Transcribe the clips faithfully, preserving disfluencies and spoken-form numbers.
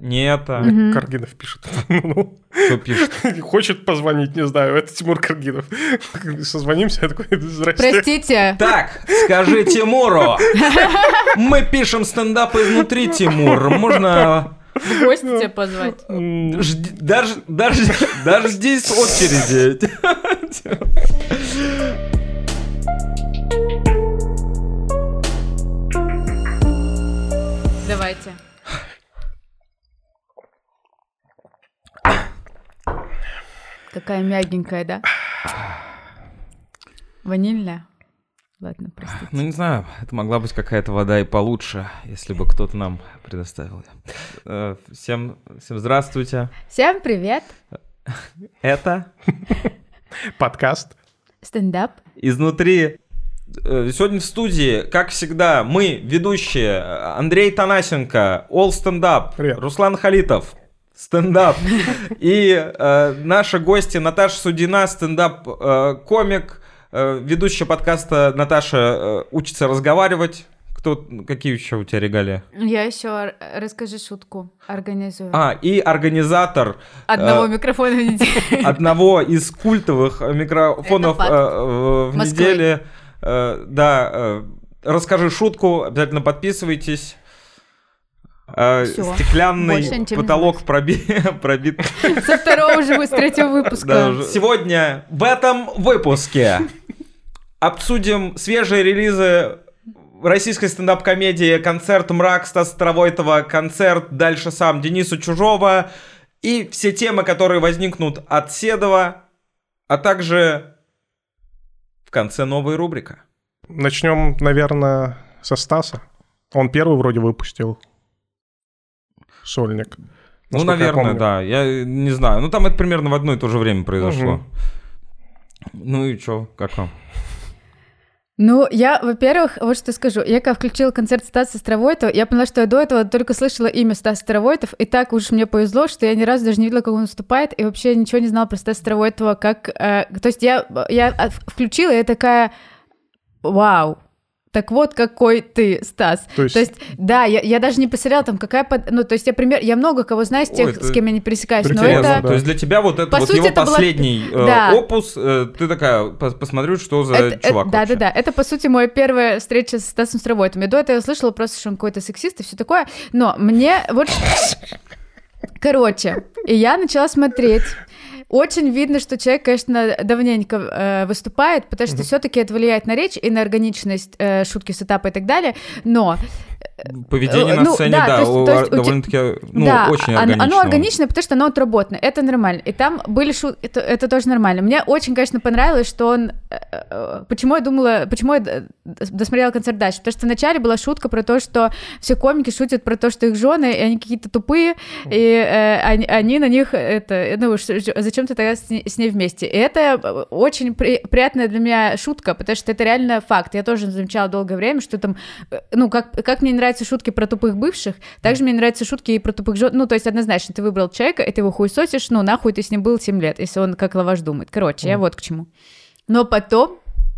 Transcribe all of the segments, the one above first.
не это. Угу. Каргинов пишет. Что пишет? Хочет позвонить, не знаю, это Тимур Каргинов. Созвонимся, я такой, здрасте. Простите. Так, скажи Тимуру. Мы пишем стендап изнутри, Тимур. Можно... В гости тебя позвать. Жди, даже, даже, даже здесь очереди. Давайте. Какая мягенькая, да? Ванильная? Ладно, простите. Ну, не знаю, это могла быть какая-то вода и получше, если бы кто-то нам предоставил. Всем, всем здравствуйте. Всем привет. Это... Подкаст. Стендап. Изнутри. Сегодня в студии, как всегда, мы, ведущие, Андрей Танасенко, All Stand Up, Руслан Халитов, стендап, и э, наши гости Наташа Судина, стендап-комик, э, ведущая подкаста Наташа э, учится разговаривать. Кто, какие еще у тебя регалии? Я еще расскажи шутку, организую. А, и организатор одного э, микрофона в неделю. Одного из культовых микрофонов э, э, в Москвы. неделе. Э, да, э, расскажи шутку, обязательно подписывайтесь. Э, стеклянный потолок проби- пробит. Со второго уже, с третьего выпуска. Да, сегодня в этом выпуске обсудим свежие релизы российской стендап-комедии «Концерт Мрак» Стаса Старовойтова, «Концерт Дальше сам» Дениса Чужого и все темы, которые возникнут от Седова, а также в конце новая рубрика. Начнем, наверное, со Стаса. Он первый вроде выпустил сольник. Ну, наверное, да. Я не знаю. Ну, там это примерно в одно и то же время произошло. Угу. Ну и что, как вам? Ну, я, во-первых, вот что скажу. Я когда включила концерт Стаса Старовойтова, я поняла, что я до этого только слышала имя Стас Старовойтов, и так уж мне повезло, что я ни разу даже не видела, как он выступает, и вообще ничего не знала про Стаса Старовойтова, как... Э, то есть я, я включила, и я такая... Вау! Так вот, какой ты, Стас. То есть, то есть да, я, я даже не представляла, там, какая... Под... Ну, то есть я, пример... я много кого знаю с тех, Ой, с кем я не пересекаюсь, но это... Да. То есть для тебя вот это По вот сути, его это последний была... э, да. опус, э, ты такая, посмотрю, что за это, чувак это, Да-да-да, это, по сути, моя первая встреча с Стасом Старовойтовым. Я до этого слышала просто, что он какой-то сексист и все такое, но мне вот... Короче, и я начала смотреть... Очень видно, что человек, конечно, давненько э, выступает, потому что mm-hmm. все-таки это влияет на речь и на органичность э, шутки, сетапа и так далее, но... Поведение на сцене, ну, да, да то есть, то есть, довольно-таки, ну, да, очень органичное. Оно органичное, потому что оно отработано, это нормально. И там были шутки, это, это тоже нормально. Мне очень, конечно, понравилось, что он... Почему я думала, почему я досмотрела концерт дальше? Потому что вначале была шутка про то, что все комики шутят про то, что их жены, и они какие-то тупые, и э, они, они на них, это, ну, зачем ты тогда с ней, с ней вместе? И это очень при, приятная для меня шутка, потому что это реально факт. Я тоже замечала долгое время, что там, ну, как, как мне нравятся шутки про тупых бывших, также мне нравятся шутки и про тупых жен. Ну, то есть однозначно, ты выбрал человека, и ты его хуесосишь, ну, нахуй ты с ним был семь лет, если он как лаваш думает. Короче, mm. я вот к чему. Но потом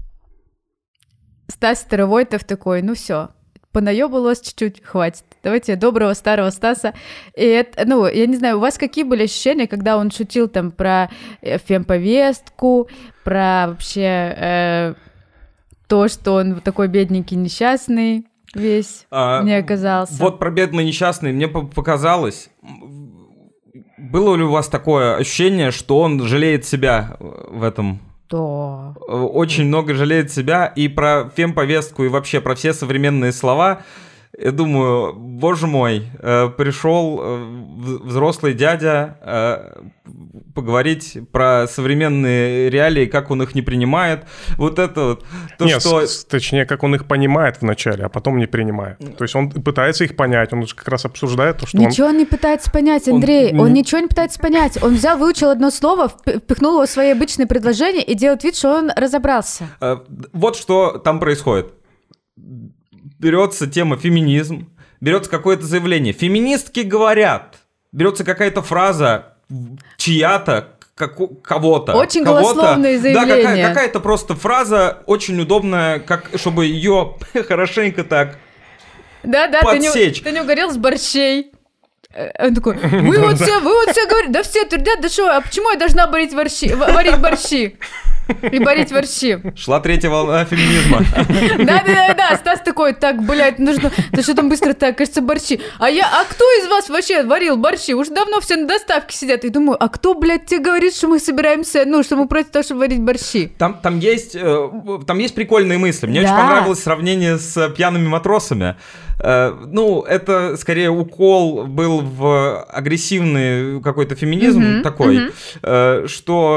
Стас Старовойтов такой, ну все, понаебалось чуть-чуть, хватит. Давайте доброго старого Стаса. И это, ну, я не знаю, у вас какие были ощущения, когда он шутил там про фемповестку, про вообще э, то, что он такой бедненький, несчастный весь а, не оказался. Вот про бедный несчастный мне показалось. Было ли у вас такое ощущение, что он жалеет себя в этом? Да. Очень много жалеет себя, и про фемповестку, и вообще про все современные слова. Я думаю, боже мой, пришел взрослый дядя поговорить про современные реалии, как он их не принимает. Вот это вот. То, Нет, что... с, точнее, как он их понимает вначале, а потом не принимает. То есть он пытается их понять, он как раз обсуждает то, что ничего он... он не пытается понять, Андрей. Он, он не... ничего не пытается понять. Он взял, выучил одно слово, впихнул его в свои обычные предложения и делает вид, что он разобрался. Вот что там происходит. Берется тема феминизм, берется какое-то заявление. Феминистки говорят. Берется какая-то фраза чья-то, как, кого-то. Очень кого-то. голословные заявления. Да, какая- какая-то просто фраза очень удобная, как, чтобы ее хорошенько так да, да, подсечь. Ты не, ты не угорел с борщей. Он такой, вы вот все, вы вот все говорите, да все твердят, да что, а почему я должна варить борщи? Варить борщи? И варить борщи. Шла третья волна феминизма. Да-да-да, Стас такой, так, блядь, нужно, да что там быстро так, кажется, борщи. А я, а кто из вас вообще варил борщи? Уже давно все на доставке сидят. И думаю, а кто, блядь, тебе говорит, что мы собираемся, ну, что мы против того, чтобы варить борщи? Там, там, есть, там есть прикольные мысли. Мне да. очень понравилось сравнение с пьяными матросами. Ну, это скорее укол был в агрессивный какой-то феминизм mm-hmm, такой, mm-hmm.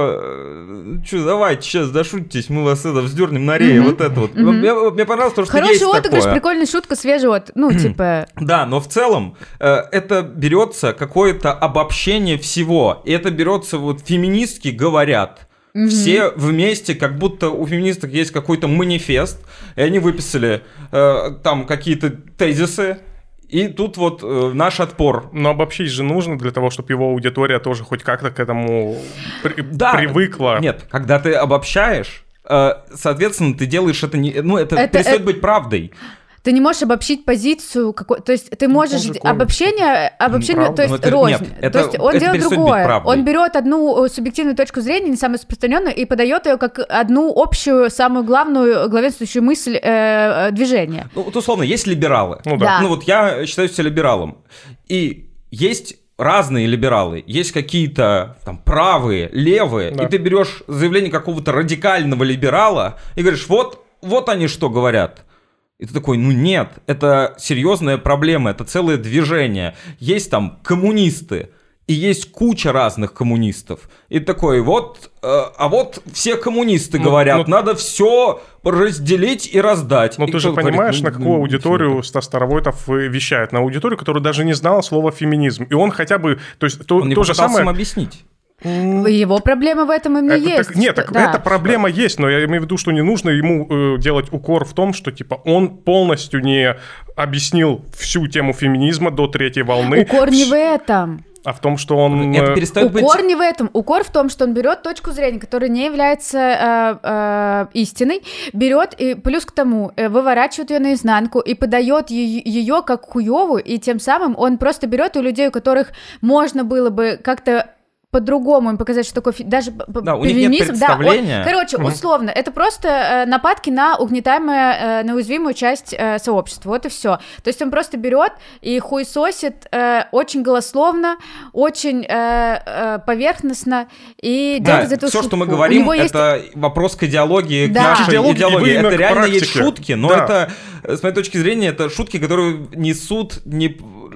что, что, давайте сейчас дошутитесь, мы вас это вздернем на рее, mm-hmm, вот это вот. Mm-hmm. Мне, мне понравилось то, что хороший есть отыгрыш, такое. Прикольная шутка, свежий от, ну, типа... Да, но в целом это берется какое-то обобщение всего, и это берется, вот, феминистки говорят. Mm-hmm. Все вместе, как будто у феминисток есть какой-то манифест, и они выписали э, там какие-то тезисы, и тут вот э, наш отпор. Но обобщить же нужно для того, чтобы его аудитория тоже хоть как-то к этому при- да. привыкла. Нет, когда ты обобщаешь, э, соответственно, ты делаешь это не... Ну, это, это перестает это... быть правдой. Ты не можешь обобщить позицию, какой, то есть ты можешь ну, обобщение, обобщение, то есть это, рознь. Нет, это, то есть он это делает другое. Он берет одну субъективную точку зрения, не самую распространенную, и подает ее как одну общую, самую главную, главенствующую мысль э, движения. Ну, вот условно, есть либералы. Ну, да. ну вот я считаю себя либералом. И есть разные либералы. Есть какие-то там правые, левые. Да. И ты берешь заявление какого-то радикального либерала и говоришь, вот, вот они что говорят. И ты такой, ну нет, это серьезная проблема, это целое движение. Есть там коммунисты, и есть куча разных коммунистов. И такой, вот, э, а вот все коммунисты говорят, ну, надо все разделить и раздать. Ну и ты же понимаешь, говорит, ну, на какую ну, аудиторию Стас Старовойтов вещает? На аудиторию, которая даже не знала слова феминизм. И он хотя бы, то есть то, он то же самое... им объяснить. Его проблема в этом и не это, есть. Так, нет, так, да. эта проблема есть, но я имею в виду, что не нужно ему э, делать укор в том, что типа он полностью не объяснил всю тему феминизма до третьей волны. Укор не в этом. А в том, что он... Это перестает Укор быть... не в этом. Укор в том, что он берет точку зрения, которая не является э, э, истиной, берет и плюс к тому э, выворачивает ее наизнанку и подает ее, ее как хуевую, и тем самым он просто берет у людей, у которых можно было бы как-то по-другому им показать, что такое фи... даже да, у них нет представления. Да, он... Короче, mm-hmm. условно, это просто э, нападки на угнетаемую, э, на уязвимую часть э, сообщества, вот и все. То есть он просто берет и хуесосит э, очень голословно, очень э, э, поверхностно и да, делает из этого все, шутку. что мы говорим, это есть... вопрос к идеологии, да. к нашей идеологии. идеологии. Это реально практике. Есть шутки, но да. это, с моей точки зрения, это шутки, которые несут не...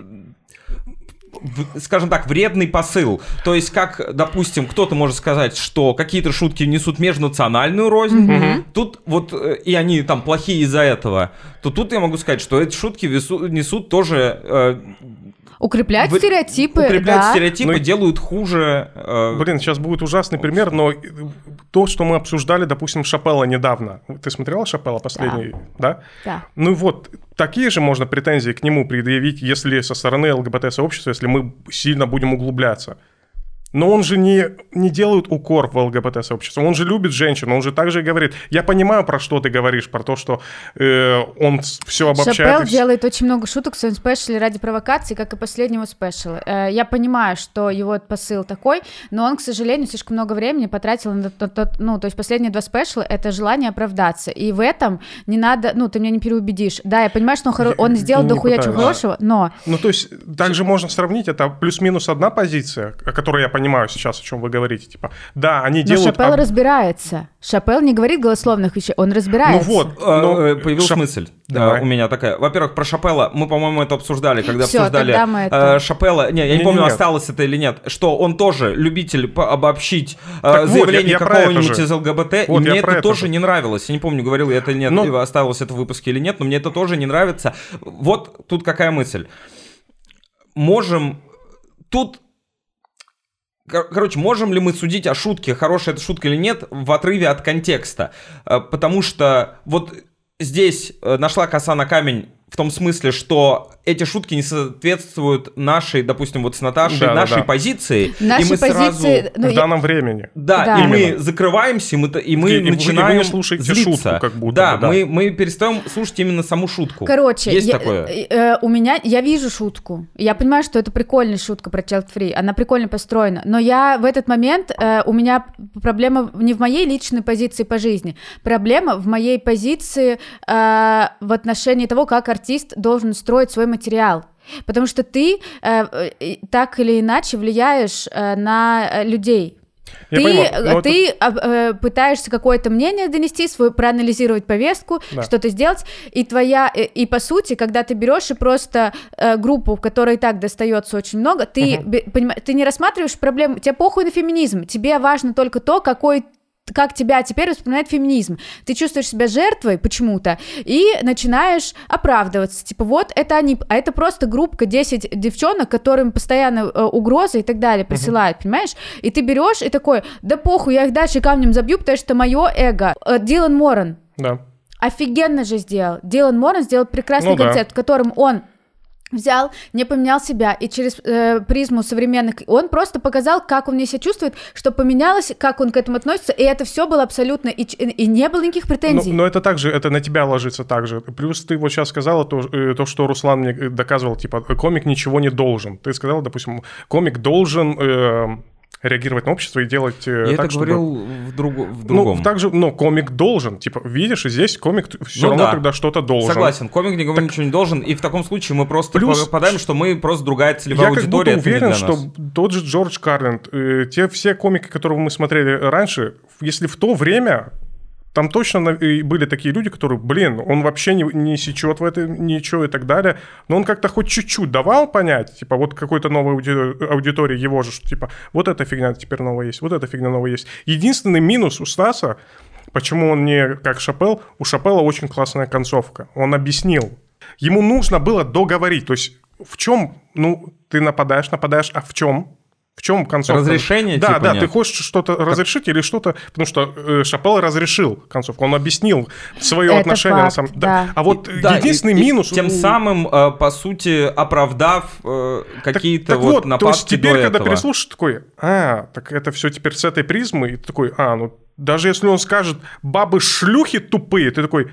скажем так, вредный посыл. То есть, как, допустим, кто-то может сказать, что какие-то шутки несут межнациональную рознь, mm-hmm. тут вот, и они там плохие из-за этого, то тут я могу сказать, что эти шутки несут тоже... Э, Укреплять в... стереотипы. Укреплять да. стереотипы, ну, делают хуже. Э... Блин, сейчас будет ужасный пример, но то, что мы обсуждали, допустим, Шапелла недавно. Ты смотрела Шапелла последний? Да. Да? Да. Ну вот, такие же можно претензии к нему предъявить, если со стороны ЛГБТ-сообщества, если мы сильно будем углубляться. Но он же не, не делает укор в ЛГБТ-сообщество, он же любит женщин, он же также и говорит, я понимаю, про что ты говоришь, про то, что э, он все обобщает. Шапелл и... делает очень много шуток в своем спешле ради провокации, как и последнего спешла. Э, я понимаю, что его посыл такой, но он, к сожалению, слишком много времени потратил на тот, ну, то есть последние два спешла — это желание оправдаться, и в этом не надо, ну, ты меня не переубедишь. Да, я понимаю, что он, хоро... он сделал дохуя чего хорошего, но... Ну, то есть, также можно сравнить, это плюс-минус одна позиция, о которой я понимаю, понимаю сейчас, о чем вы говорите. Типа, да, они но делают... Шапелл об... разбирается. Шапелл не говорит голословных вещей, он разбирается. Ну вот. Но... Появилась Шап... мысль да, у меня такая. Во-первых, про Шапелла мы, по-моему, это обсуждали, когда Всё, обсуждали это... Шапелла. Не, я не, не помню, нет. осталось это или нет. Что он тоже любитель обобщить так заявление вот, какого-нибудь из ЛГБТ. Вот, и мне это, это тоже же. не нравилось. Я не помню, говорил я это или нет, но... осталось это в выпуске или нет, но мне это тоже не нравится. Вот тут какая мысль. Можем... Тут... Короче, можем ли мы судить о шутке, хорошая эта шутка или нет, в отрыве от контекста? Потому что вот здесь нашла коса на камень в том смысле, что эти шутки не соответствуют нашей, допустим, вот с Наташей, да, нашей да, да. позиции. Нашей и мы позиции, сразу... ну, в я... данном времени. Да, да. и мы Именно. закрываемся, и мы, и мы И, и начинаем вы не слушаете злиться. шутку, как будто да, бы, да. Мы, мы перестаем слушать именно саму шутку. Короче, есть я, такое? Э, э, у меня, я вижу шутку. Я понимаю, что это прикольная шутка про child-free. Она прикольно построена. Но я в этот момент, э, у меня проблема не в моей личной позиции по жизни. Проблема в моей позиции э, в отношении того, как артист должен строить свой материал. Потому что ты э, так или иначе влияешь э, на людей. Я ты понимаю, ты это... э, пытаешься какое-то мнение донести, свою, проанализировать повестку, да. что-то сделать, и твоя, и, и по сути, когда ты берешь и просто э, группу, в которой и так достается очень много, ты, угу. б, поним, ты не рассматриваешь проблему, тебе похуй на феминизм, тебе важно только то, какой как тебя теперь воспринимает феминизм. Ты чувствуешь себя жертвой почему-то и начинаешь оправдываться. Типа, вот это они, а это просто группка десять девчонок, которым постоянно э, угрозы и так далее присылают, uh-huh. понимаешь? И ты берешь и такой, да похуй, я их дальше камнем забью, потому что это мое эго. Э, Дилан Моран. Да. Офигенно же сделал. Дилан Моран сделал прекрасный ну, концепт, да. в котором он взял, не поменял себя, и через э, призму современных, он просто показал, как он мне себя чувствует, что поменялось, как он к этому относится, и это все было абсолютно, и, и не было никаких претензий. Но, но это также, это на тебя ложится также. Плюс ты вот сейчас сказала то, то, что Руслан мне доказывал, типа, комик ничего не должен. Ты сказала, допустим, комик должен... Э, реагировать на общество и делать Я так, это чтобы... говорил в, друг... в другом. Ну, также, но комик должен. Типа, видишь, и здесь комик все ну, равно да. тогда что-то должен. Согласен, комик никому так... ничего не должен, и в таком случае мы просто Плюс... попадаем, что мы просто другая целевая я аудитория. Я как будто уверен, что тот же Джордж Карлин, э, те все комики, которых мы смотрели раньше, если в то время... Там точно были такие люди, которые, блин, он вообще не, не сечет в это ничего и так далее, но он как-то хоть чуть-чуть давал понять, типа, вот какой-то новой аудитории его же, что, типа, вот эта фигня теперь новая есть, вот эта фигня новая есть. Единственный минус у Стаса, почему он не как Шапел, у Шапела очень классная концовка. Он объяснил. Ему нужно было договорить, то есть в чем, ну, ты нападаешь, нападаешь, а в чем? В чем концовка? Разрешение, да, типа, да, нет? ты хочешь что-то как... разрешить или что-то... Потому что э, Шапел разрешил концовку, он объяснил свое это отношение. Факт, на самом... да. Да. А вот и, да, единственный и, минус... И тем самым, э, по сути, оправдав э, какие-то так, так вот, вот нападки то есть теперь, до когда этого. переслушаешь, такой, а, так это все теперь с этой призмы, и ты такой, а, ну, даже если он скажет, бабы-шлюхи тупые, ты такой...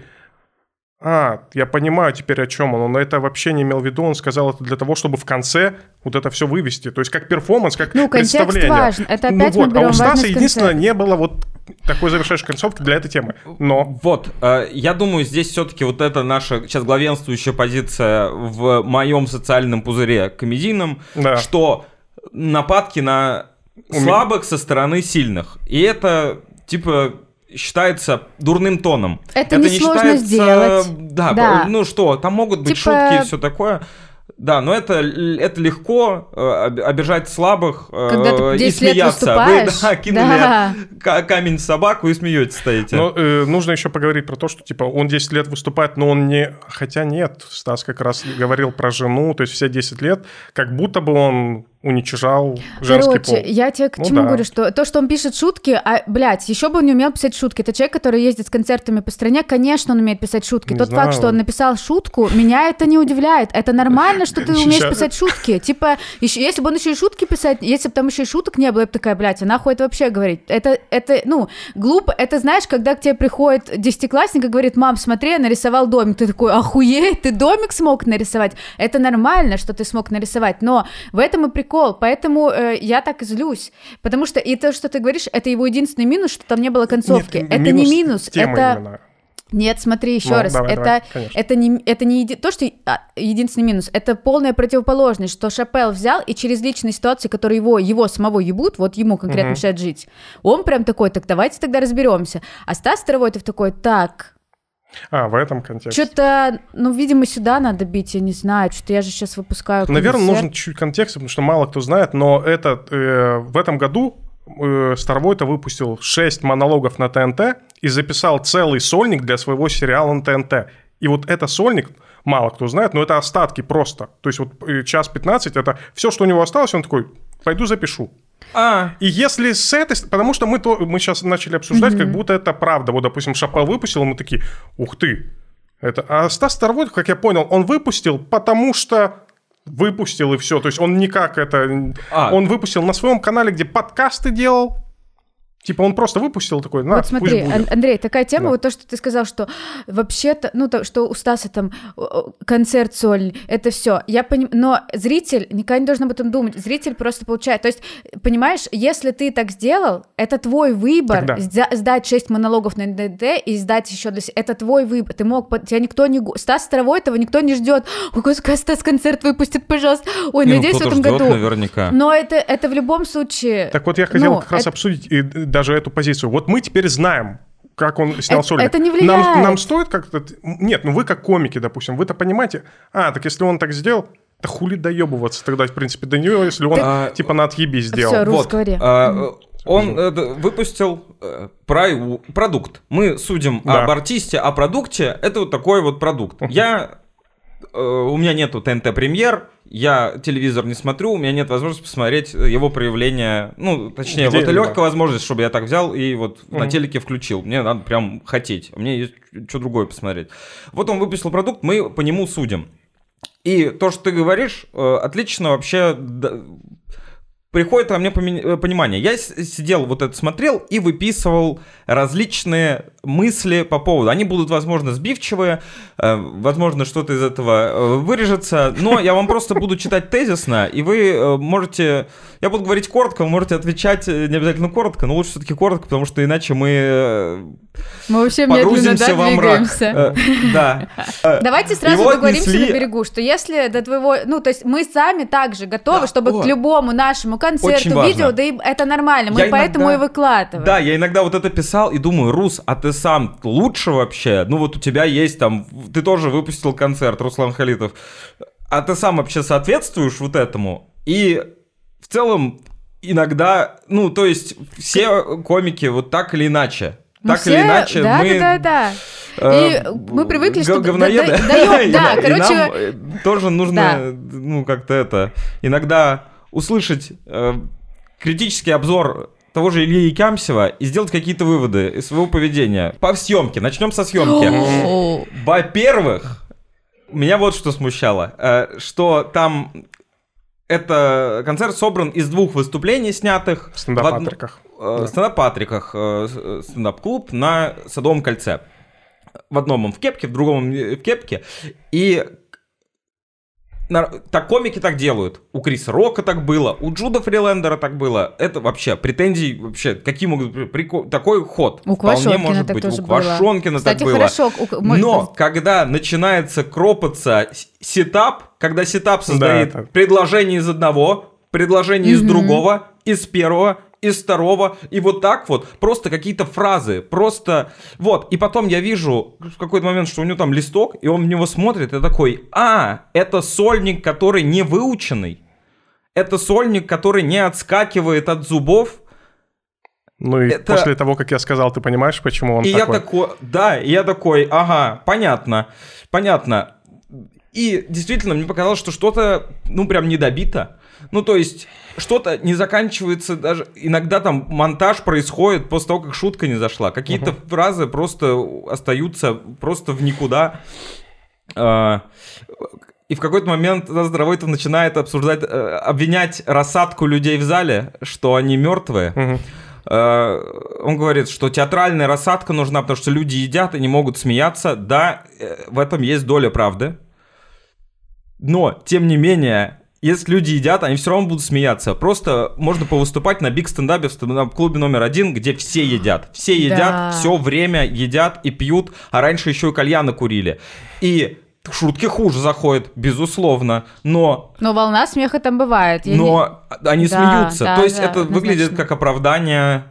А, я понимаю теперь, о чем он. Он это вообще не имел в виду. Он сказал это для того, чтобы в конце вот это все вывести. То есть как перформанс, как ну, представление. Ну, контекст важен. Это опять ну, мы вот. берем А у Стаса единственное концепт. не было вот такой завершающей концовки для этой темы. Но... Вот, э, я думаю, здесь все-таки вот это наша сейчас главенствующая позиция в моем социальном пузыре комедийном, да. что нападки на слабых со стороны сильных. И это, типа... считается дурным тоном. Это, это несложно не сделать. Да, да, ну что, там могут быть типа... шутки и все такое. Да, но это, это легко э, обижать слабых э, и смеяться. Вы да, кинули да. к- камень в собаку и смеетесь стоите. Но э, нужно еще поговорить про то, что типа он десять лет выступает, но он не... Хотя нет, Стас как раз говорил про жену, то есть все десять лет, как будто бы он уничижал женский Короче, пол. я тебе к ну, чему да. говорю, что то, что он пишет шутки, а, блядь, еще бы он не умел писать шутки. Это человек, который ездит с концертами по стране, конечно, он умеет писать шутки. Не Тот знаю. факт, что он написал шутку, меня это не удивляет. Это нормально, что ты умеешь Сейчас... писать шутки. Типа, еще, если бы он еще и шутки писать, если бы там еще и шуток не было, я бы такая, блядь, а нахуй это вообще говорить? Это, это, ну, глупо. Это, знаешь, когда к тебе приходит десятиклассник и говорит, мам, смотри, я нарисовал домик. Ты такой, охуеть, ты домик смог нарисовать? Это нормально, что ты смог нарисовать, но в этом и прикол. Поэтому я так и злюсь, потому что и то, что ты говоришь, это его единственный минус, что там не было концовки. Нет, это минус не минус, это... Именно. Нет, смотри еще ну, раз, давай, это, давай, это не, это не еди... то, что а, единственный минус, это полная противоположность, что Шапел взял и через личные ситуации, которые его, его самого ебут, вот ему конкретно угу. мешает жить, он прям такой, так давайте тогда разберемся. А Стас Старовойтов такой, так... А, в этом контексте. Что-то, ну, видимо, сюда надо бить, я не знаю, что-то я же сейчас выпускаю концерт. Наверное, нужен чуть-чуть контекста, потому что мало кто знает, но это, э, в этом году э, Старовойтов выпустил шесть монологов на ТНТ и записал целый сольник для своего сериала на ТНТ. И вот это сольник, мало кто знает, но это остатки просто. То есть вот э, час пятнадцать, это все, что у него осталось, он такой, пойду запишу. А. И если с этой... Потому что мы, то, мы сейчас начали обсуждать, mm-hmm. как будто это правда. Вот, допустим, Шапел выпустил, и мы такие, ух ты, Это. А Стас Старовойтов, как я понял, он выпустил, потому что выпустил и все. То есть он никак это... А. Он выпустил на своем канале, где подкасты делал. Типа он просто выпустил такой, на, вот смотри, пусть будет. Андрей, такая тема, да. вот то, что ты сказал, что вообще-то, ну, то, что у Стаса там концерт сольный, это все. Я понимаю, но зритель никогда не должен об этом думать. Зритель просто получает. То есть, понимаешь, если ты так сделал, это твой выбор. Тогда. Сдать шесть монологов на эн дэ дэ и сдать еще для себя. Это твой выбор. Ты мог, тебя никто не... Стас Старовойтова никто не ждет. Ой, господи, Стас концерт выпустит, пожалуйста. Ой, не, надеюсь, ну, в этом ждет, году. Наверняка. Но это, это в любом случае... Так вот я хотел ну, как раз это... обсудить даже эту позицию. Вот мы теперь знаем, как он снял это, сольник. Это не влияет. Нам, нам стоит как-то... Нет, ну вы как комики, допустим, вы-то понимаете, а, так если он так сделал, да хули доебываться тогда, в принципе, до нее, если он а... типа на отъебись сделал. Все, Рус, вот. говори. А, он э, выпустил э, про, продукт. Мы судим да. об артисте, о продукте. Это вот такой вот продукт. Uh-huh. Я... Э, у меня нету тэ эн тэ премьер, я телевизор не смотрю, у меня нет возможности посмотреть его проявление, ну, точнее, Где вот легкая да. возможность, чтобы я так взял и вот угу. на телеке включил. Мне надо прям хотеть, мне есть что другое посмотреть. Вот он выпустил продукт, мы по нему судим. И то, что ты говоришь, отлично вообще... Приходит ко мне понимание. Я сидел, вот это смотрел и выписывал различные мысли по поводу. Они будут, возможно, сбивчивые, возможно, что-то из этого вырежется, но я вам просто буду читать тезисно, и вы можете... Я буду говорить коротко, вы можете отвечать не обязательно коротко, но лучше все-таки коротко, потому что иначе мы... Мы вообще медленно, да, во двигаемся. Да. Давайте сразу договоримся на берегу, что если до твоего... Ну, то есть мы сами также готовы, чтобы к любому нашему концерту, видео, да и это нормально, мы поэтому и выкладываем. Да, я иногда вот это писал и думаю, Рус, а ты сам лучше вообще? Ну вот у тебя есть там, ты тоже выпустил концерт, Руслан Халитов, а ты сам вообще соответствуешь вот этому? И в целом иногда, ну то есть все комики вот так или иначе, мы так все... или иначе да, мы... Да, да, да. И э, мы привыкли, что... Говноеды. Даём, да, короче... И нам тоже нужно, ну как-то это, иногда услышать критический обзор того же Ильи Якямсева и сделать какие-то выводы из своего поведения. По съемке. Начнем со съемки. Во-первых, меня вот что смущало, что там это концерт собран из двух выступлений, снятых в стендап-патриках. В стендап-патриках, стендап-клуб на Садовом кольце. В одном он в кепке, в другом он в кепке. И так комики так делают. У Криса Рока так было, у Джуда Фрилендера так было. Это вообще претензии вообще какие могут быть? Прикол... Такой ход у вполне может так быть. Тоже у Квашонкина Кстати, так было. Хорошо. Но когда начинается кропаться сетап, когда сетап создает да, это... предложение из одного, предложение mm-hmm. из другого, из первого, из второго, и вот так вот, просто какие-то фразы, просто, вот, и потом я вижу в какой-то момент, что у него там листок, и он в него смотрит, и такой, а, это сольник, который не выученный, это сольник, который не отскакивает от зубов. Ну и это... после того, как я сказал, ты понимаешь, почему он и такой? Я такой, да, и я такой, ага, понятно, понятно, и действительно мне показалось, что что-то, ну, прям недобито. Ну, то есть, что-то не заканчивается даже... Иногда там монтаж происходит после того, как шутка не зашла. Какие-то uh-huh. фразы просто остаются просто в никуда. И в какой-то момент Здравойтов начинает обсуждать, обвинять рассадку людей в зале, что они мертвые. Uh-huh. Он говорит, что театральная рассадка нужна, потому что люди едят и не могут смеяться. Да, в этом есть доля правды. Но, тем не менее... Если люди едят, они все равно будут смеяться. Просто можно повыступать на биг стендапе в стендап-клубе номер один, где все едят. Все едят, да. все время едят и пьют, а раньше еще и кальяны курили. И шутки хуже заходят, безусловно, но... Но волна смеха там бывает. Я но не... они да, смеются. Да, То есть да, это однозначно. Выглядит как оправдание...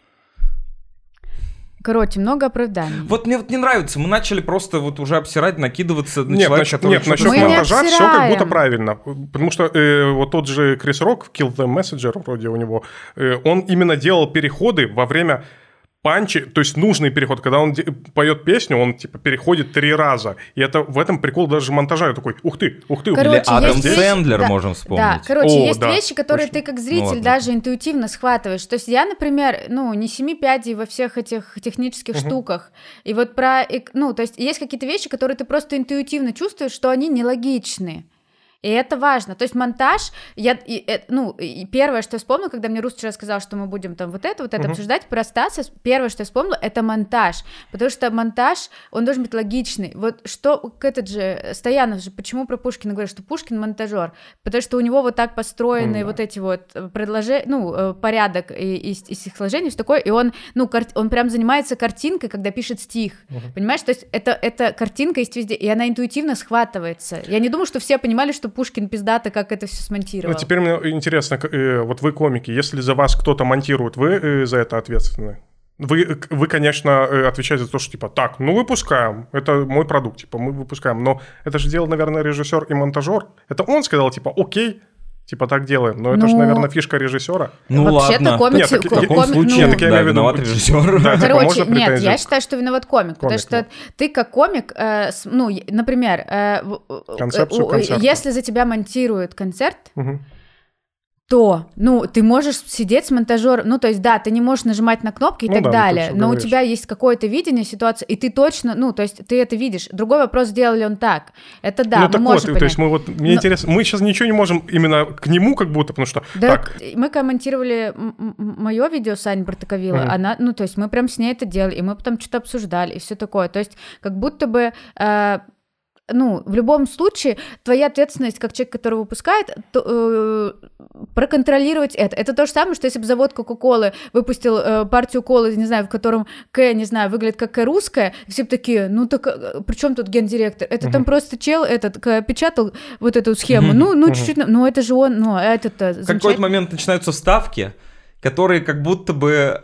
Короче, много оправданий. Вот мне вот не нравится. Мы начали просто вот уже обсирать, накидываться на нет, человека, насчет, который... Нет, насчет мы монтажа все как будто правильно. Потому что э, вот тот же Крис Рок в Kill the Messenger вроде у него, э, он именно делал переходы во время панчи, то есть нужный переход, когда он де- поет песню, он типа переходит три раза. И это в этом прикол даже монтажа. Я такой, ух ты, ух ты. Короче, или Адам вещи... Сэндлер да, можем вспомнить. Да, короче, О, есть да, вещи, которые точно. ты как зритель ну, даже интуитивно схватываешь. То есть я, например, ну, не семи пядей во всех этих технических uh-huh. штуках. И вот про... Ну, то есть есть какие-то вещи, которые ты просто интуитивно чувствуешь, что они нелогичны. И это важно. То есть монтаж, я, и, ну, и первое, что я вспомнила, когда мне Рус вчера сказал, что мы будем там вот это, вот это uh-huh. обсуждать, про Стаса, первое, что я вспомнила, это монтаж. Потому что монтаж, он должен быть логичный. Вот что, этот же, Стоянов же, почему про Пушкина говорит, что Пушкин монтажер? Потому что у него вот так построены uh-huh. вот эти вот предложения, ну, порядок и, и, и стихосложение, все такое, и он, ну, кар- он прям занимается картинкой, когда пишет стих. Uh-huh. Понимаешь? То есть это, это картинка есть везде, и она интуитивно схватывается. Я не думаю, что все понимали, что Пушкин пиздато, как это все смонтировал. Ну, теперь мне интересно, вот вы комики, если за вас кто-то монтирует, вы за это ответственны? Вы, вы, конечно, отвечаете за то, что типа, так, ну выпускаем, это мой продукт, типа, мы выпускаем, но это же делал, наверное, режиссер и монтажер. Это он сказал, типа, окей, типа, так делаем. Но ну, это же, наверное, фишка режиссера. Ну вообще-то ладно. комик... Нет, так, в таком комик, случае, ну, да, виноват режиссер. Да, короче, типа, нет, я считаю, что виноват комик, комик потому что ну. ты как комик, э, с, ну, например, э, концепцию концерта. Если за тебя монтируют концерт, угу. то, ну, ты можешь сидеть с монтажером, ну, то есть, да, ты не можешь нажимать на кнопки и ну, так да, далее, но говоришь. у тебя есть какое-то видение ситуации, и ты точно, ну, то есть, ты это видишь. Другой вопрос, сделал ли он так. Это да, ну, мы так можем вот, понять. То есть, мы вот, мне но... интересно, мы сейчас ничего не можем именно к нему как будто, потому что... Да, так... мы комментировали мое видео с Аней Бартаковилой, mm-hmm. она, ну, то есть, мы прям с ней это делали, и мы потом что-то обсуждали, и все такое. То есть, как будто бы... Э, ну, в любом случае, твоя ответственность как человек, который выпускает, то, э, проконтролировать это. Это то же самое, что если бы завод Кока-Колы выпустил э, партию колы, не знаю, в котором К, не знаю, выглядит как К русская, все бы такие, ну так, при чем тут гендиректор? Это uh-huh. там просто чел этот печатал вот эту схему, uh-huh. ну, ну uh-huh. чуть-чуть, ну это же он, ну это-то В какой-то момент начинаются вставки, которые как будто бы...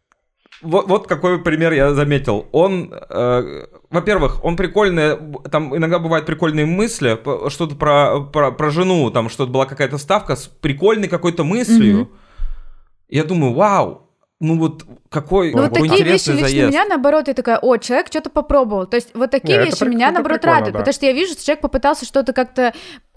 Вот, вот какой пример я заметил. Он, э, во-первых, он прикольный, там иногда бывают прикольные мысли, что-то про, про, про жену, там что-то была какая-то ставка с прикольной какой-то мыслью. Mm-hmm. Я думаю, вау, ну вот какой, ну, какой вот такие интересный вещи заезд. лично меня, наоборот, я такая, о, человек что-то попробовал. То есть вот такие Нет, вещи это меня, это наоборот, радуют, да. потому что я вижу, что человек попытался что-то как-то...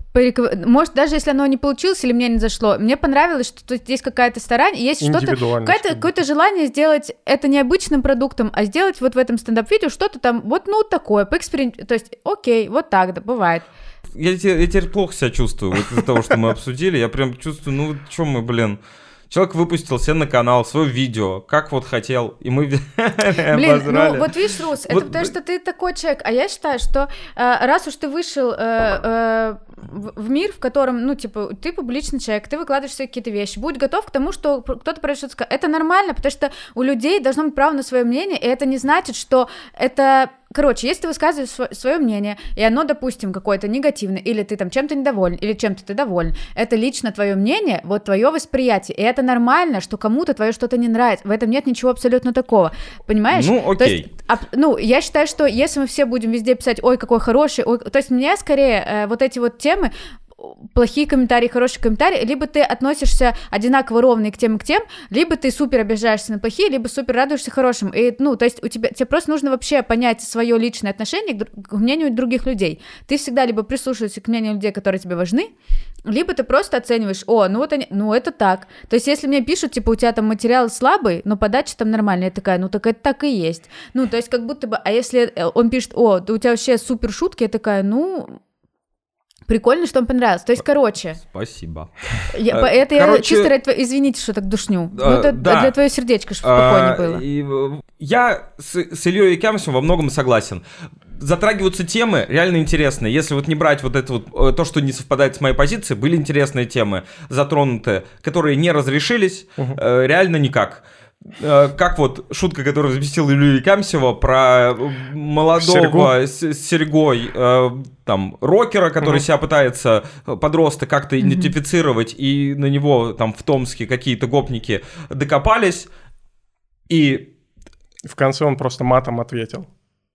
Может, даже если оно не получилось или мне не зашло, мне понравилось, что тут есть какая-то старание, есть что-то, какое-то, какое-то желание сделать это не обычным продуктом, а сделать вот в этом стендап-видео что-то там, вот, ну, такое, поэкспериментировать, то есть, окей, вот так, да, бывает. Я теперь, я теперь плохо себя чувствую вот из-за того, что мы обсудили, я прям чувствую, ну, что мы, блин... Человек выпустил себе на канал свое видео, как вот хотел, и мы Блин, ну вот видишь, Рус, это потому что ты такой человек, а я считаю, что э, раз уж ты вышел э, э, в, в мир, в котором, ну, типа, ты публичный человек, ты выкладываешь все какие-то вещи, будь готов к тому, что кто-то про что-то скажет. Это нормально, потому что у людей должно быть право на свое мнение, и это не значит, что это... Короче, если ты высказываешь свое мнение, и оно, допустим, какое-то негативное, или ты там чем-то недоволен, или чем-то ты доволен, это лично твое мнение, вот твое восприятие, и это нормально, что кому-то твое что-то не нравится, в этом нет ничего абсолютно такого, понимаешь? Ну, окей. То есть, а, ну, я считаю, что если мы все будем везде писать, ой, какой хороший, ой... то есть мне скорее э, вот эти вот темы, плохие комментарии, хорошие комментарии, либо ты относишься одинаково ровно и к тем, и к тем, либо ты супер обижаешься на плохие, либо супер радуешься хорошим. И, ну, то есть у тебя, тебе просто нужно вообще понять свое личное отношение к, к мнению других людей. Ты всегда либо прислушиваешься к мнению людей, которые тебе важны, либо ты просто оцениваешь, о, ну вот они, ну это так. То есть если мне пишут, типа, у тебя там материал слабый, но подача там нормальная, я такая, ну так это так и есть. Ну, то есть как будто бы, а если он пишет, о, у тебя вообще супер шутки, я такая, ну... Прикольно, что вам понравилось. То есть, короче... Спасибо. Я, а, это короче, я чисто... Ради, извините, что так душню. А, ну, это да. Для твоего сердечка, чтобы а, спокойнее было. И, я с, с Ильей Якимовым во многом согласен. Затрагиваются темы реально интересные. Если вот не брать вот это вот, то, что не совпадает с моей позицией, были интересные темы затронуты, которые не разрешились, угу. э, реально никак. Как вот шутка, которую взбесил Илью Якимова про молодого с, с серьгой э, там рокера, который mm-hmm. себя пытается подростка как-то mm-hmm. идентифицировать, и на него там в Томске какие-то гопники докопались, и... В конце он просто матом ответил.